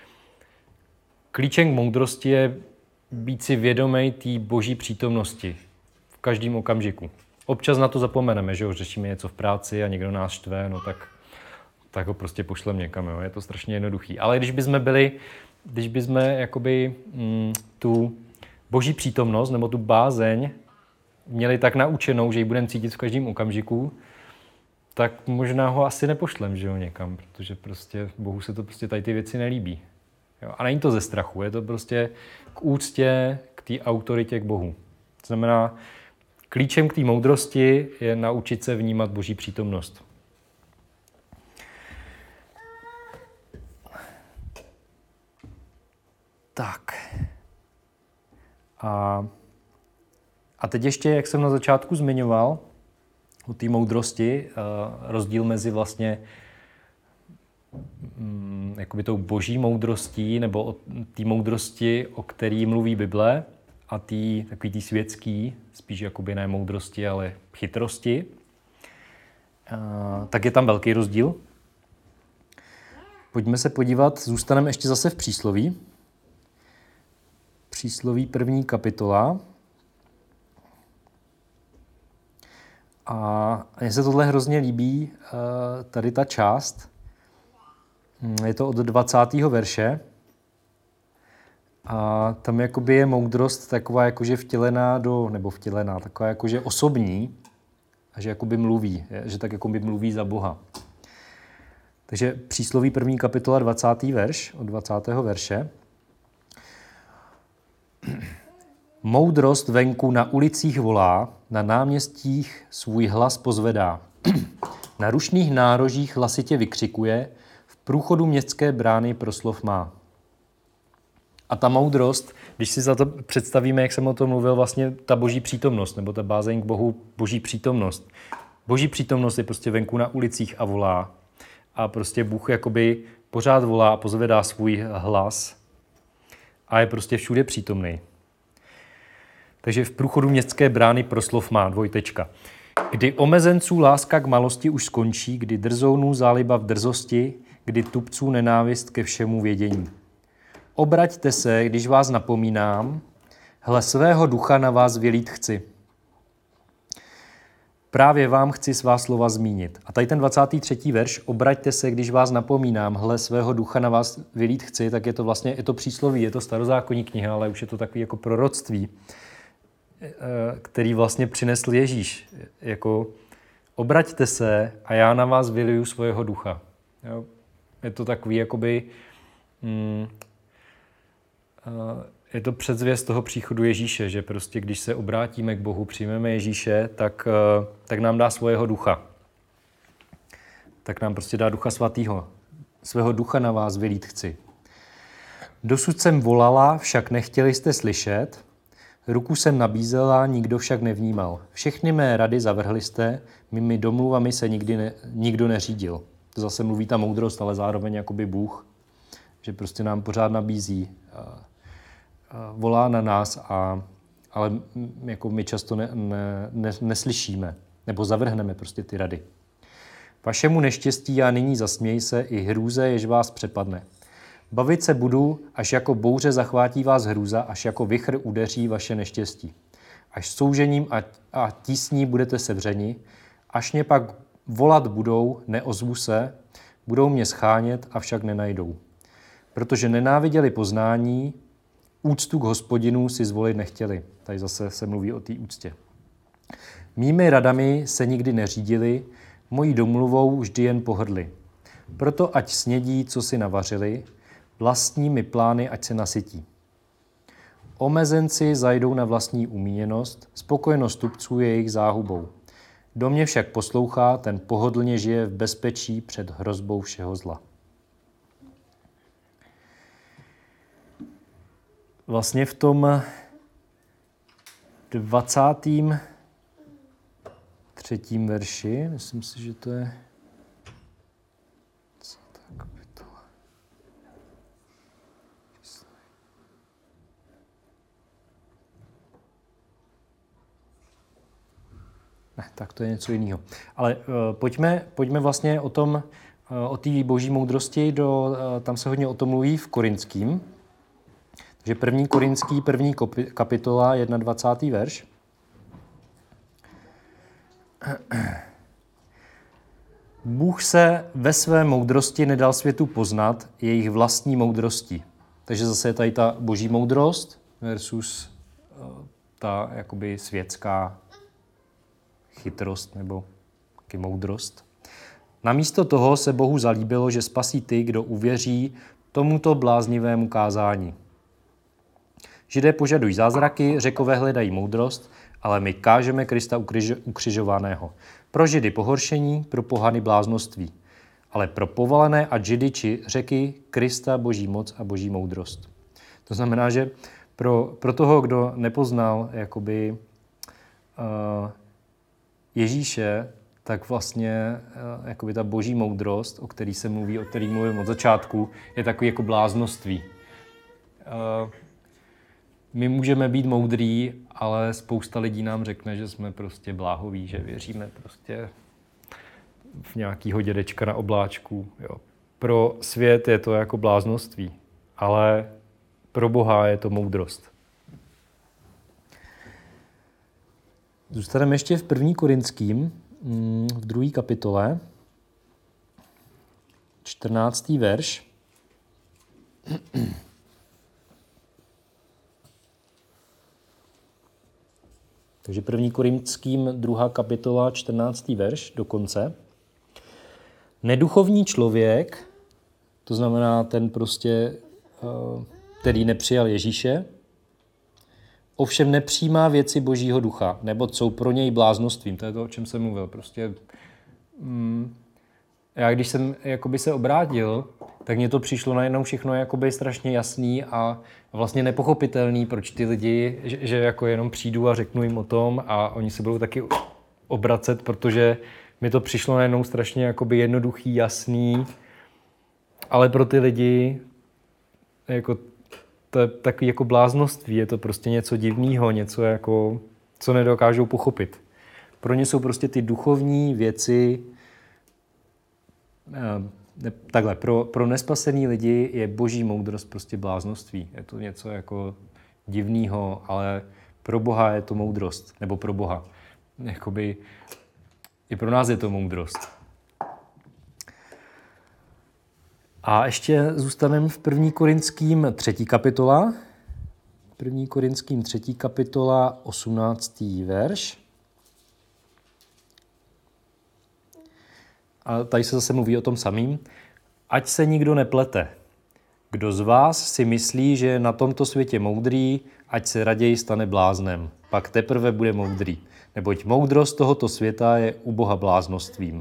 Speaker 1: klíčem k moudrosti je být si vědomý té boží přítomnosti v každém okamžiku. Občas na to zapomeneme, že jo, řešíme něco v práci a někdo nás štve, no tak ho prostě pošlem někam, jo. Je to strašně jednoduchý. Ale když bychom jakoby tu boží přítomnost nebo tu bázeň měli tak naučenou, že ji budeme cítit v každém okamžiku, tak možná ho asi nepošlem, že jo, někam, protože prostě Bohu se to prostě tady ty věci nelíbí. Jo? A není to ze strachu, je to prostě k úctě, k té autoritě k Bohu. To znamená, klíčem k té moudrosti je naučit se vnímat boží přítomnost. Tak. A teď ještě, jak jsem na začátku zmiňoval, o té moudrosti, rozdíl mezi vlastně jakoby tou boží moudrostí, nebo o té moudrosti, o který mluví Bible, a takový tý světský, spíš jakoby ne moudrosti, ale chytrosti, tak je tam velký rozdíl. Pojďme se podívat, zůstaneme ještě zase v přísloví. Přísloví 1. kapitola. A mně se tohle hrozně líbí, tady ta část. Je to od 20. verše. A tam jakoby je moudrost taková jakože vtělená, taková jakože osobní. A že jakoby mluví, že tak jakoby mluví za Boha. Takže přísloví 1. kapitola 20. verš, od 20. verše. Moudrost venku na ulicích volá, na náměstích svůj hlas pozvedá. Na rušných nárožích hlasitě vykřikuje, v průchodu městské brány proslov má. A ta moudrost, když si za to představíme, jak jsem o tom mluvil, vlastně ta boží přítomnost, nebo ta bázeň k Bohu, boží přítomnost. Boží přítomnost je prostě venku na ulicích a volá. a prostě Bůh jakoby pořád volá a pozvedá svůj hlas a je prostě všude přítomný. Takže v průchodu městské brány proslov má : Kdy omezenců láska k malosti už skončí, kdy drzounů záliba v drzosti, kdy tupců nenávist ke všemu vědění. Obraťte se, když vás napomínám, hle svého ducha na vás vylít chci. Právě vám chci svá slova zmínit. A tady ten 23. verš, obraťte se, když vás napomínám, hle svého ducha na vás vylít chci, tak je to vlastně, je to přísloví, je to starozákonní kniha, ale už je to takový jako proroctví, který vlastně přinesl Ježíš. Jako obraťte se a já na vás vyliju svého ducha. Jo? Je to takový jakoby... je to předzvěst toho příchodu Ježíše, že prostě když se obrátíme k Bohu, přijmeme Ježíše, tak nám dá svého ducha. Tak nám prostě dá Ducha Svatýho. Svého ducha na vás vylít chci. Dosud jsem volala, však nechtěli jste slyšet. Ruku jsem nabízela, nikdo však nevnímal. Všechny mé rady zavrhli jste, mými domluvami se nikdo neřídil. To zase mluví ta moudrost, ale zároveň jakoby Bůh, že prostě nám pořád nabízí, volá na nás, ale jako my často neslyšíme, nebo zavrhneme prostě ty rady. Vašemu neštěstí já nyní zasměj se i hrůze, jež vás přepadne. Bavit se budu, až jako bouře zachvátí vás hrůza, až jako vichr udeří vaše neštěstí. Až soužením a tísní budete sevřeni, až mě pak volat budou, neozvu se, budou mě schánět, avšak nenajdou. Protože nenáviděli poznání, úctu k Hospodinu si zvolit nechtěli. Tady zase se mluví o té úctě. Mými radami se nikdy neřídili, mojí domluvou vždy jen pohrdli. Proto ať snědí, co si navařili, vlastními plány ať se nasytí. Omezenci zajdou na vlastní umíněnost, spokojenost tupců je jejich záhubou. Kdo mě však poslouchá, ten pohodlně žije v bezpečí před hrozbou všeho zla. Vlastně v tom 23. verši, myslím si, že to je... Ne, tak to je něco jiného. Ale pojďme vlastně o té boží moudrosti, tam se hodně o tom mluví v Korinským. Takže 1. Korinský, 1. kapitola, 21. verš. Bůh se ve své moudrosti nedal světu poznat jejich vlastní moudrostí. Takže zase je tady ta boží moudrost versus ta jakoby světská chytrost nebo taky moudrost. Namísto toho se Bohu zalíbilo, že spasí ty, kdo uvěří tomuto bláznivému kázání. Židé požadují zázraky, Řekové hledají moudrost, ale my kážeme Krista ukřižovaného. Pro Židy pohoršení, pro pohany bláznoství, ale pro povalené a Židy či Řeky Krista boží moc a boží moudrost. To znamená, že pro toho, kdo nepoznal jakoby Ježíše, tak vlastně jakoby ta boží moudrost, o který mluvím od začátku, je takový jako bláznoství. My můžeme být moudrý, ale spousta lidí nám řekne, že jsme prostě bláhoví, že věříme prostě v nějakýho dědečka na obláčku. Jo. Pro svět je to jako bláznoství, ale pro Boha je to moudrost. Zůstaneme ještě v 1. Korinským, v 2. kapitole, 14. verš. Takže 1. Korinským, 2. kapitola, 14. verš do konce. Neduchovní člověk, to znamená ten prostě, který nepřijal Ježíše, ovšem nepřijímá věci Božího ducha, nebo jsou pro něj bláznostvím. To je to, o čem jsem mluvil. Prostě já když jsem jakoby se obrátil, tak mně to přišlo najednou všechno jakoby strašně jasný a vlastně nepochopitelný, proč ty lidi, že jako jenom přijdu a řeknu jim o tom a oni se budou taky obracet, protože mi to přišlo najednou strašně jakoby jednoduchý, jasný, ale pro ty lidi jako to je takový jako bláznoství, je to prostě něco divného, něco jako, co nedokážou pochopit. Pro ně jsou prostě ty duchovní věci, takhle, pro nespasený lidi je boží moudrost prostě bláznoství. Je to něco jako divného, ale pro Boha je to moudrost, nebo pro Boha. Jakoby i pro nás je to moudrost. A ještě zůstaneme v 1. Korinským 3. kapitola. 1. Korinským 3. kapitola, 18. verš. A tady se zase mluví o tom samým. Ať se nikdo neplete. Kdo z vás si myslí, že je na tomto světě moudrý, ať se raději stane bláznem. Pak teprve bude moudrý. Neboť moudrost tohoto světa je u Boha bláznostvím.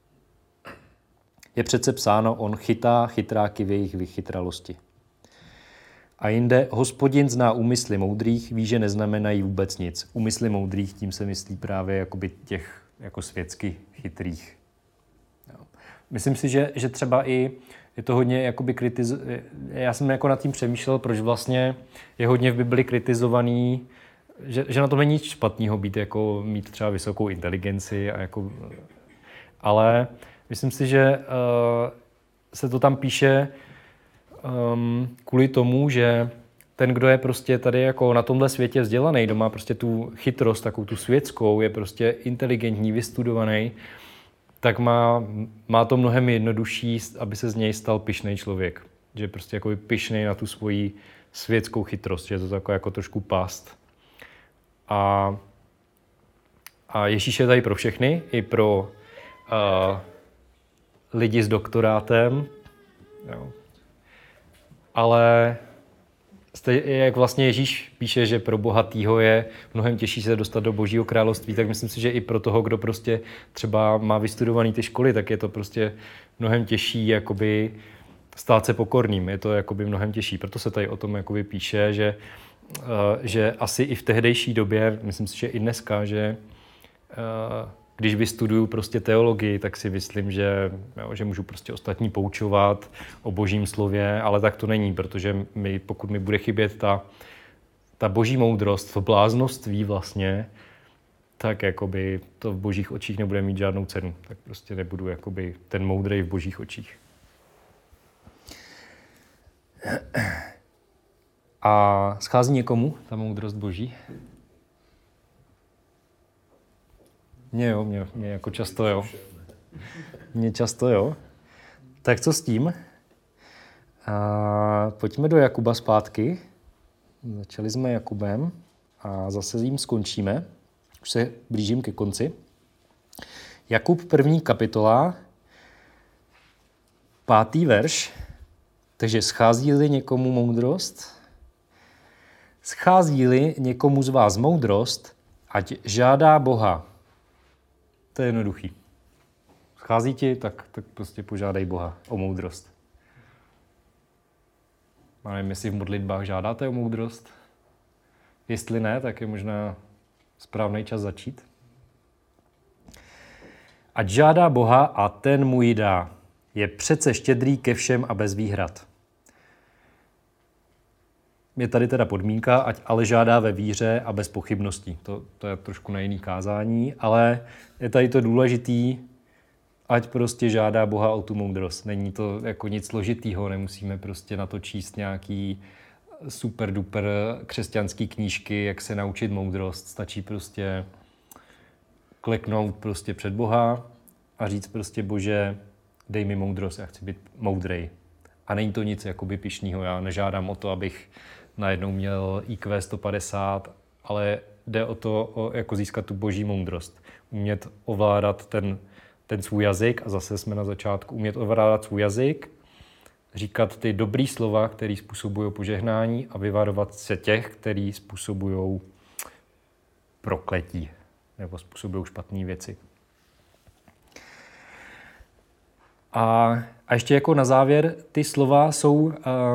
Speaker 1: Je přece psáno, on chytá chytráky v jejich vychytralosti. A jinde, Hospodin zná úmysly moudrých, ví, že neznamenají vůbec nic. Úmysly moudrých, tím se myslí právě jakoby těch jako světsky chytrých. Myslím si, že třeba i je to hodně jakoby já jsem jako nad tím přemýšlel, proč vlastně je hodně v Bibli kritizovaný, že na tom není nic špatného být jako mít třeba vysokou inteligenci a jako, ale myslím si, že se to tam píše kvůli tomu, že ten, kdo je prostě tady jako na tomhle světě vzdělaný, kdo má prostě tu chytrost, takovou tu světskou, je prostě inteligentní, vystudovaný, tak má to mnohem jednodušší, aby se z něj stal pyšný člověk. Že je prostě jako pyšný na tu svoji světskou chytrost, že je to taková jako trošku past. A Ježíš je tady pro všechny, i pro lidi s doktorátem, jo. Ale jak vlastně Ježíš píše, že pro bohatýho je mnohem těžší se dostat do Božího království, tak myslím si, že i pro toho, kdo prostě třeba má vystudovaný ty školy, tak je to prostě mnohem těžší jakoby stát se pokorným. Je to jakoby mnohem těžší. Proto se tady o tom jakoby píše, že asi i v tehdejší době, myslím si, že i dneska, že když vystuduju prostě teologii, tak si myslím, že můžu prostě ostatní poučovat o Božím slově, ale tak to není, protože pokud mi bude chybět ta Boží moudrost, to bláznoství vlastně, tak jakoby to v Božích očích nebude mít žádnou cenu. Tak prostě nebudu jakoby ten moudrej v Božích očích. A schází někomu ta moudrost Boží? Mně jako často jo. Mně často jo. Tak co s tím? Pojďme do Jakuba zpátky. Začali jsme Jakubem a zase jim skončíme. Už se blížím ke konci. Jakub 1. kapitola, 5. verš. Takže schází-li někomu moudrost? Schází-li někomu z vás moudrost, ať žádá Boha. To je jednoduchý. Schází ti, tak prostě požádej Boha o moudrost. A nevím, jestli v modlitbách žádáte o moudrost. Jestli ne, tak je možná správný čas začít. Ať žádá Boha a ten mu ji dá. Je přece štědrý ke všem a bez výhrad. Je tady teda podmínka, ať ale žádá ve víře a bez pochybností. To je trošku na jiný kázání, ale je tady to důležitý, ať prostě žádá Boha o tu moudrost. Není to jako nic složitýho, nemusíme prostě na to číst nějaký super duper křesťanský knížky, jak se naučit moudrost. Stačí prostě kleknout prostě před Boha a říct prostě Bože, dej mi moudrost, já chci být moudrej. A není to nic jakoby pyšnýho, já nežádám o to, abych najednou měl IQ 150, ale jde o to, jako získat tu boží moudrost. Umět ovládat ten svůj jazyk, a zase jsme na začátku, umět ovládat svůj jazyk, říkat ty dobrý slova, které způsobují požehnání a vyvarovat se těch, které způsobují prokletí nebo způsobují špatné věci. A ještě jako na závěr, ty slova jsou,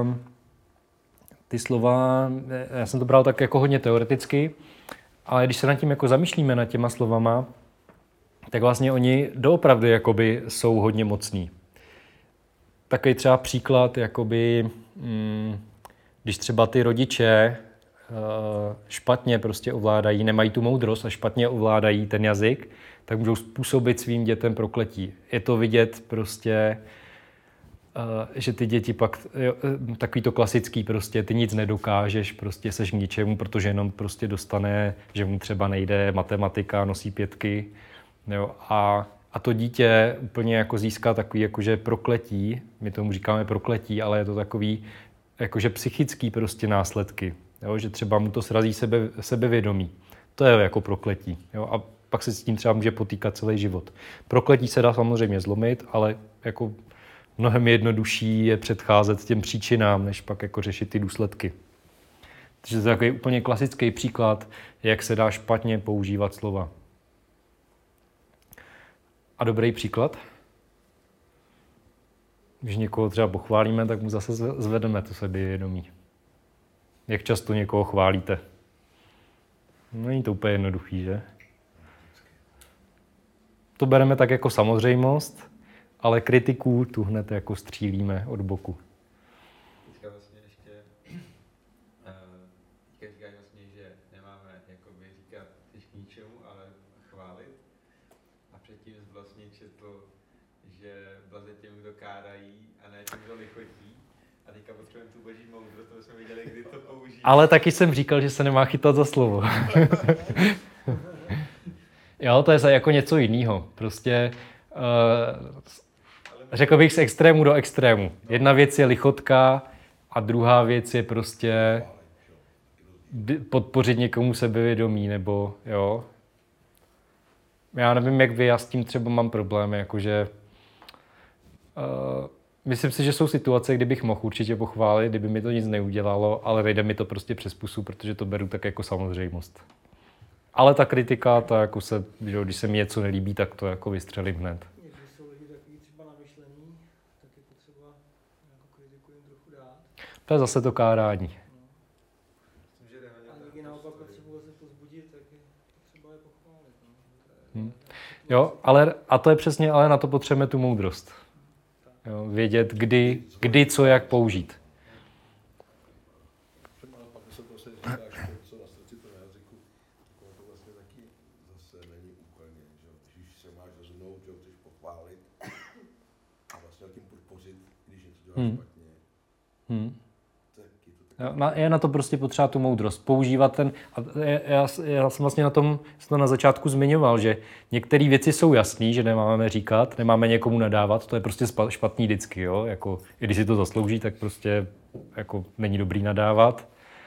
Speaker 1: já jsem to bral tak jako hodně teoreticky, ale když se nad tím jako zamýšlíme nad těma slovama, tak vlastně oni doopravdy jakoby jsou hodně mocní. Takový třeba příklad, jakoby, když třeba ty rodiče špatně prostě ovládají, nemají tu moudrost a špatně ovládají ten jazyk, tak můžou způsobit svým dětem prokletí. Je to vidět prostě, že ty děti pak, takový to klasický prostě, ty nic nedokážeš, prostě seš k ničemu, protože jenom prostě dostane, že mu třeba nejde matematika, nosí 5. Jo, a to dítě úplně jako získá takový jakože prokletí, my tomu říkáme prokletí, ale je to takový jakože psychický prostě následky, jo, že třeba mu to srazí sebevědomí. To je jako prokletí. Jo, a pak se s tím třeba může potýkat celý život. Prokletí se dá samozřejmě zlomit, ale jako mnohem jednodušší je předcházet těm příčinám, než pak jako řešit ty důsledky. Takže to je takový úplně klasický příklad, jak se dá špatně používat slova. A dobrý příklad? Když někoho třeba pochválíme, tak mu zase zvedeme to sebevědomí. Jak často někoho chválíte? Není to úplně jednoduchý, že? To bereme tak jako samozřejmost, ale kritiku tu hned jako střílíme od boku.
Speaker 3: Teďka vlastně ještě říkají vlastně, že nemáme jakoby říkat když k ničemu, ale chválit. A předtím jsi vlastně četl, že blaze těm, kdo kárají a ne těm, kdo lichotí. A teďka potřebujeme tu boží moudrost, to jsme viděli, kdy to použít. Ale
Speaker 1: taky jsem říkal, že se nemá chytat za slovo. Jo, to je jako něco jiného. Prostě řekl bych z extrému do extrému. Jedna věc je lichotka a druhá věc je prostě podpořit někomu sebevědomí, nebo jo. Já nevím, jak vy, já s tím třeba mám problém, jakože myslím si, že jsou situace, kdy bych mohl určitě pochválit, kdyby mi to nic neudělalo, ale nejde mi to prostě přes pusu, protože to beru tak jako samozřejmost. Ale ta kritika, ta jako se, že když se mi něco nelíbí, tak to jako vystřelím hned.
Speaker 2: Když jsou lidi takový třeba namyšlení, tak je potřeba jako kritiku jim trochu dát.
Speaker 1: To je zase to kárání.
Speaker 2: A někdy naopak potřebuje se pozbudit, tak je potřeba je pochválit.
Speaker 1: Jo, a to je přesně, ale na to potřebujeme tu moudrost. Jo, vědět, kdy, co, jak použít. Je na to prostě potřeba tu moudrost. Používat ten... Já jsem vlastně na tom to na začátku zmiňoval, že některé věci jsou jasné, že nemáme říkat, nemáme někomu nadávat, to je prostě špatný vždycky, jo? Jako, i když si to zaslouží, tak prostě jako není dobrý nadávat.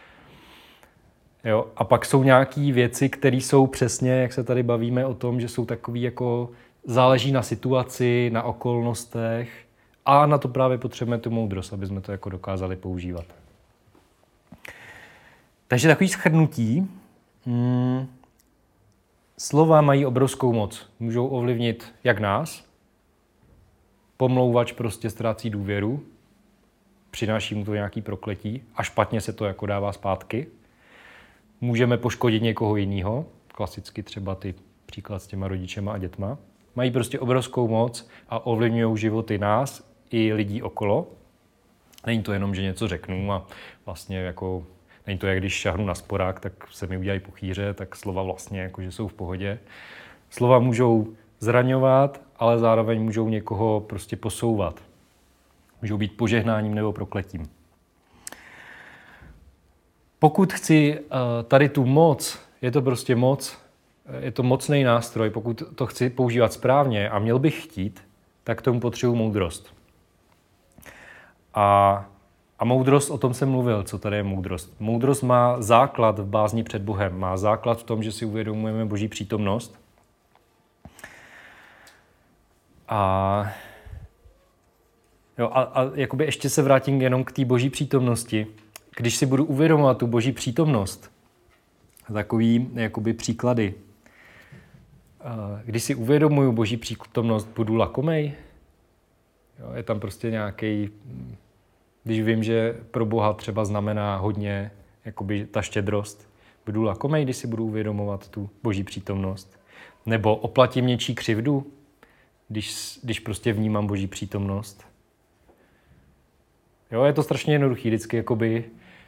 Speaker 1: Jo? A pak jsou nějaké věci, které jsou přesně, jak se tady bavíme o tom, že jsou takový jako záleží na situaci, na okolnostech a na to právě potřebujeme tu moudrost, aby jsme to jako dokázali používat. Takže takový shrnutí. Slova mají obrovskou moc. Můžou ovlivnit jak nás, pomlouvač prostě ztrácí důvěru, přináší mu to nějaký prokletí a špatně se to jako dává zpátky. Můžeme poškodit někoho jiného, klasicky třeba ty příklad s těma rodičema a dětma. Mají prostě obrovskou moc a ovlivňují životy nás i lidí okolo. Není to jenom, že něco řeknu a vlastně jako není to, jak když šahnu na sporák, tak se mi udělají puchýře, tak slova vlastně jakože jsou v pohodě. Slova můžou zraňovat, ale zároveň můžou někoho prostě posouvat. Můžou být požehnáním nebo prokletím. Pokud chci tady tu moc, je to prostě moc, je to mocný nástroj, pokud to chci používat správně a měl bych chtít, tak k tomu potřebuji moudrost. A moudrost, o tom jsem mluvil, co tady je moudrost. Moudrost má základ v bázni před Bohem, má základ v tom, že si uvědomujeme Boží přítomnost. A jakoby ještě se vrátím jenom k té Boží přítomnosti. Když si budu uvědomovat tu Boží přítomnost, takový jakoby příklady. Když si uvědomuju Boží přítomnost, budu lakomej. Jo, je tam prostě nějaký... Když vím, že pro Boha třeba znamená hodně jakoby ta štědrost, budu lakomej, když si budu uvědomovat tu Boží přítomnost. Nebo oplatím něčí křivdu, když prostě vnímám Boží přítomnost. Jo, je to strašně jednoduchý, vždycky jakoby...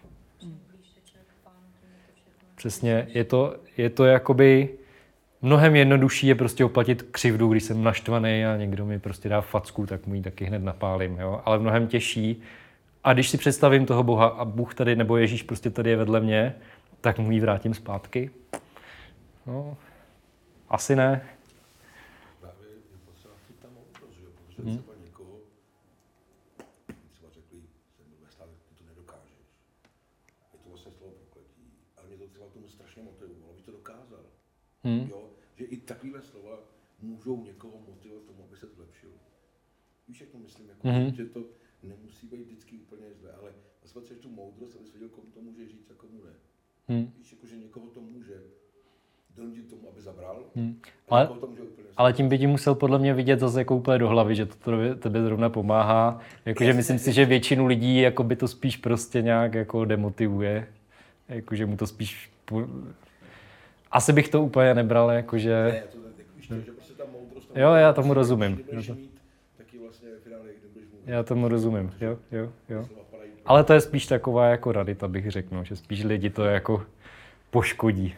Speaker 1: Přesně, je to jakoby... Mnohem jednodušší je prostě oplatit křivdu, když jsem naštvaný a někdo mi prostě dá facku, tak mu ji taky hned napálím, jo? Ale mnohem těžší. A když si představím toho Boha a Bůh tady, nebo Ježíš prostě tady je vedle mě, tak mu ji vrátím zpátky. No, asi ne.
Speaker 4: Právě je potřeba chtít tam moudrost, že? Protože třeba někoho, třeba řekli, že ve stávě ty to nedokážeš. Je to vlastně slovo prokletí. Ale mě to třeba tomu strašně motivovalo, aby to dokázal. Jo? Že i takovýhle slova můžou někoho motivovat tomu, aby se zlepšil. Víš, jak to myslím, jako, že to nemusí být vždycky úplně zlé, ale vlastně chceš tu moudrost, abys věděl, komu to může říct a komu ne. Víš, jako, že někoho to může donutit tomu, aby zabral,
Speaker 1: ale tím by ti musel podle mě vidět zase jako úplně do hlavy, že to tebe zrovna pomáhá. Jakože myslím si, že většinu lidí jako by to spíš prostě nějak jako demotivuje. Jakože mu to spíš... Asi bych to úplně nebral, jakože...
Speaker 4: Ne, to víš, že prostě ta moudrost...
Speaker 1: Jo, já tomu rozumím.
Speaker 4: Taky vlastně ve finále, když budeš mluvit.
Speaker 1: Já tomu rozumím, jo. Ale to je spíš taková jako radita, bych řekl, že spíš lidi to jako poškodí.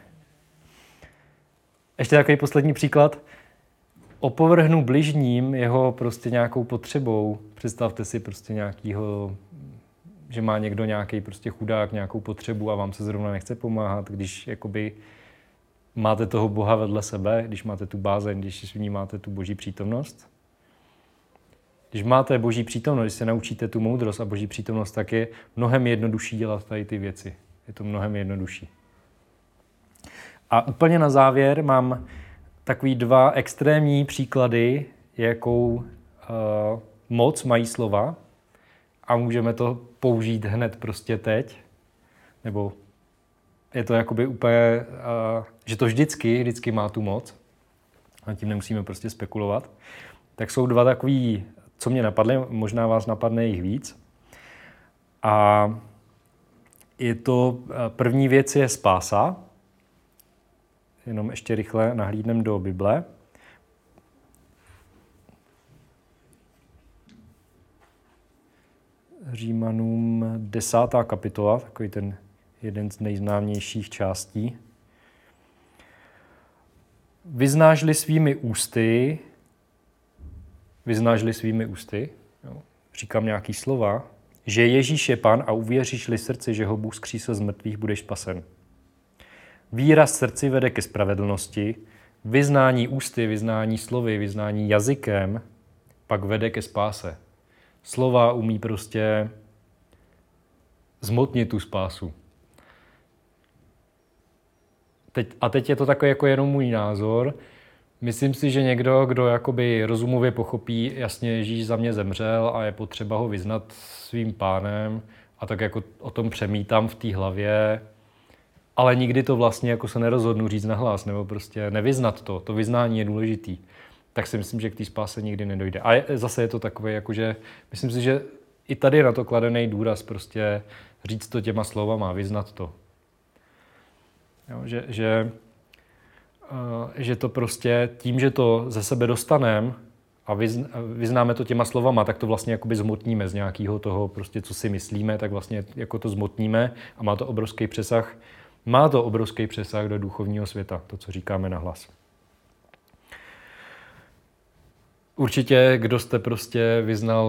Speaker 1: Ještě takový poslední příklad. Opovrhnu bližním jeho prostě nějakou potřebou. Představte si prostě nějakýho, že má někdo nějaký prostě chudák, nějakou potřebu a vám se zrovna nechce pomáhat, když jakoby máte toho Boha vedle sebe, když máte tu bázeň, když vnímáte tu Boží přítomnost. Když máte Boží přítomnost, když se naučíte tu moudrost a Boží přítomnost, tak je mnohem jednodušší dělat tady ty věci. Je to mnohem jednodušší. A úplně na závěr mám takový 2 extrémní příklady, jakou moc mají slova a můžeme to použít hned prostě teď. Nebo je to jakoby úplně, že to vždycky má tu moc a tím nemusíme prostě spekulovat. Tak jsou 2 takový, co mě napadly, možná vás napadne jich víc. A je to, první věc je spása. Jenom ještě rychle nahlídnem do Bible. Římanům 10. kapitola, takový ten jeden z nejznámějších částí. Vyznáš-li svými ústy, jo, říkám nějaký slova, že Ježíš je Pán a uvěříš-li srdci, že ho Bůh vzkřísil z mrtvých, budeš spasen. Víra v srdci vede ke spravedlnosti, vyznání ústy, vyznání slovy, vyznání jazykem pak vede ke spáse. Slova umí prostě zmotnit tu spásu. Teď je to takový jako jenom můj názor. Myslím si, že někdo, kdo jakoby rozumově pochopí, jasně Ježíš za mě zemřel a je potřeba ho vyznat svým Pánem a tak jako o tom přemítám v té hlavě, ale nikdy to vlastně jako se nerozhodnu říct nahlas nebo prostě nevyznat to. To vyznání je důležitý. Tak si myslím, že k té spáse nikdy nedojde. A zase je to takové, jakože myslím si, že i tady je na to kladený důraz prostě říct to těma slovama, vyznat to. Jo, že to prostě tím, že to ze sebe dostaneme a vyznáme to těma slovama, tak to vlastně jakoby zmotníme z nějakého toho, prostě, co si myslíme, tak vlastně jako to zmotníme a má to obrovský přesah. Má to obrovský přesah do duchovního světa, to, co říkáme nahlas. Určitě, kdo jste prostě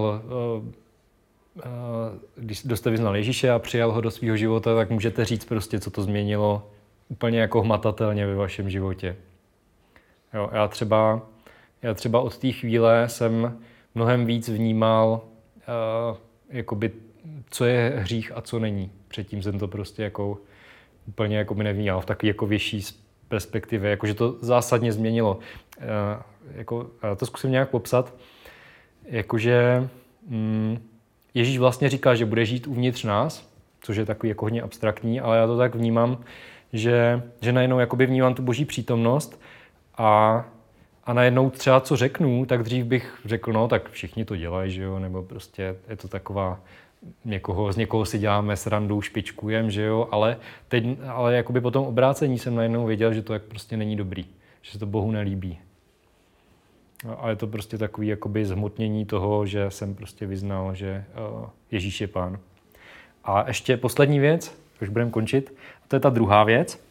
Speaker 1: kdo jste vyznal Ježíše a přijal ho do svého života, tak můžete říct prostě, co to změnilo úplně jako hmatatelně ve vašem životě. Jo, já třeba od té chvíle jsem mnohem víc vnímal, jakoby, co je hřích a co není. Předtím jsem to prostě jako úplně jako by nevnímal v takové jako větší perspektivě, jakože to zásadně změnilo. Já to zkusím nějak popsat, jakože Ježíš vlastně říká, že bude žít uvnitř nás, což je takový jako hodně abstraktní, ale já to tak vnímám, že najednou jakoby vnímám tu Boží přítomnost a najednou třeba co řeknu, tak dřív bych řekl, no tak všichni to dělají, že jo, nebo prostě je to taková, z někoho si děláme srandu, špičkujem, že jo, ale jakoby po tom obrácení jsem najednou věděl, že to prostě není dobrý. že se to Bohu nelíbí. No, a je to prostě takový jakoby zhmotnění toho, že jsem prostě vyznal, že Ježíš je Pán. A ještě poslední věc, už budeme končit, a to je ta druhá věc.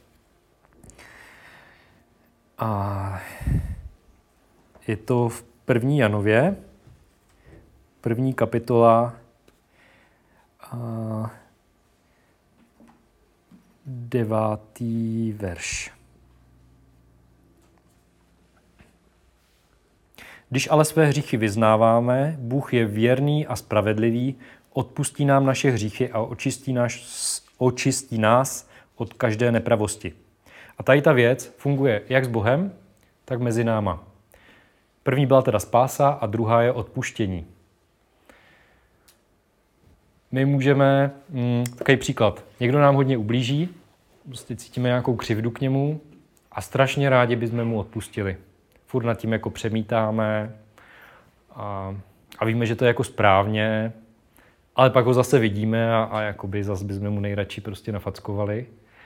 Speaker 1: A je to v 1. Janově, 1. kapitola, 9. verš. Když ale své hříchy vyznáváme, Bůh je věrný a spravedlivý, odpustí nám naše hříchy a očistí nás od každé nepravosti. A tady ta věc funguje jak s Bohem, tak mezi náma. První byla teda spása a druhá je odpuštění. My můžeme, takový příklad, někdo nám hodně ublíží, prostě cítíme nějakou křivdu k němu a strašně rádi bychom mu odpustili. Furt nad tím jako přemítáme a víme, že to je jako správně, ale pak ho zase vidíme a jakoby zase bychom mu nejradši prostě nafackovali.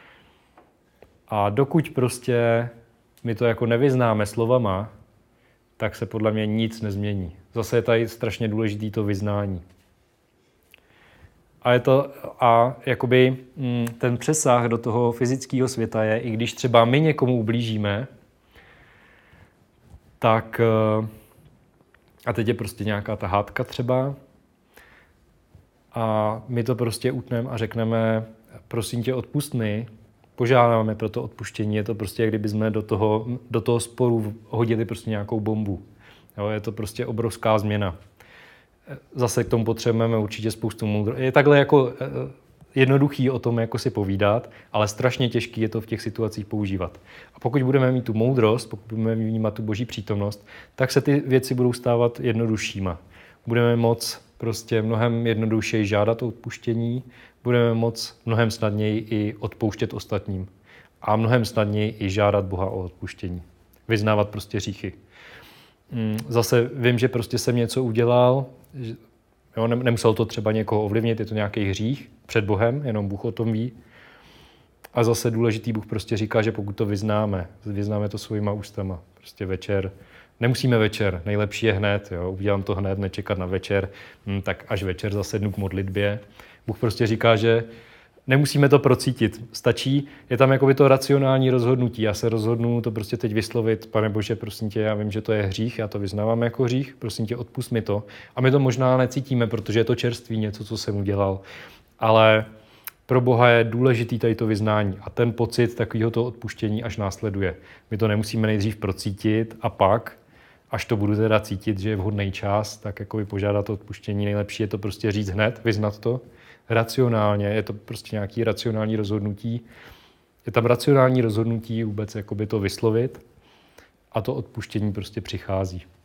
Speaker 1: A dokud prostě my to jako nevyznáme slovama, tak se podle mě nic nezmění. Zase je tady strašně důležitý to vyznání. A jakoby ten přesah do toho fyzického světa je, i když třeba my někomu ublížíme, tak a teď je prostě nějaká ta hádka třeba a my to prostě utneme a řekneme, prosím tě, odpust mi, požádáme pro to odpuštění, je to prostě, jak kdyby jsme do toho sporu hodili prostě nějakou bombu. Jo, je to prostě obrovská změna. Zase k tomu potřebujeme určitě spoustu moudrosti. Je takhle jako jednoduchý o tom jako si povídat, ale strašně těžký je to v těch situacích používat. A pokud budeme mít tu moudrost, pokud budeme vnímat tu boží přítomnost, tak se ty věci budou stávat jednoduššíma. Budeme moc prostě mnohem jednodušeji žádat o odpuštění, budeme moc mnohem snadněji i odpouštět ostatním. A mnohem snadněji i žádat Boha o odpuštění. Vyznávat prostě hříchy. Zase vím, že prostě jsem něco udělal, jo, nemusel to třeba někoho ovlivnit, je to nějaký hřích před Bohem, jenom Bůh o tom ví. A zase důležitý Bůh prostě říká, že pokud to vyznáme to svýma ústama, prostě večer, nemusíme večer, nejlepší je hned, jo, udělám to hned, nečekat na večer, tak až večer zasednu k modlitbě. Bůh prostě říká, že nemusíme to procítit, stačí, je tam jakoby to racionální rozhodnutí. Já se rozhodnu to prostě teď vyslovit, Pane Bože, prosím tě, já vím, že to je hřích, já to vyznávám jako hřích, prosím tě, odpusť mi to. A my to možná necítíme, protože je to čerství, něco, co jsem udělal. Ale pro Boha je důležitý tady to vyznání a ten pocit takového toho odpuštění až následuje. My to nemusíme nejdřív procítit a pak, až to budu teda cítit, že je vhodný čas, tak jakoby požádat o odpuštění. Nejlepší je to prostě říct hned, vyznat to. Racionálně, je to prostě nějaký racionální rozhodnutí. Je tam racionální rozhodnutí vůbec jakoby to vyslovit a to odpuštění prostě přichází.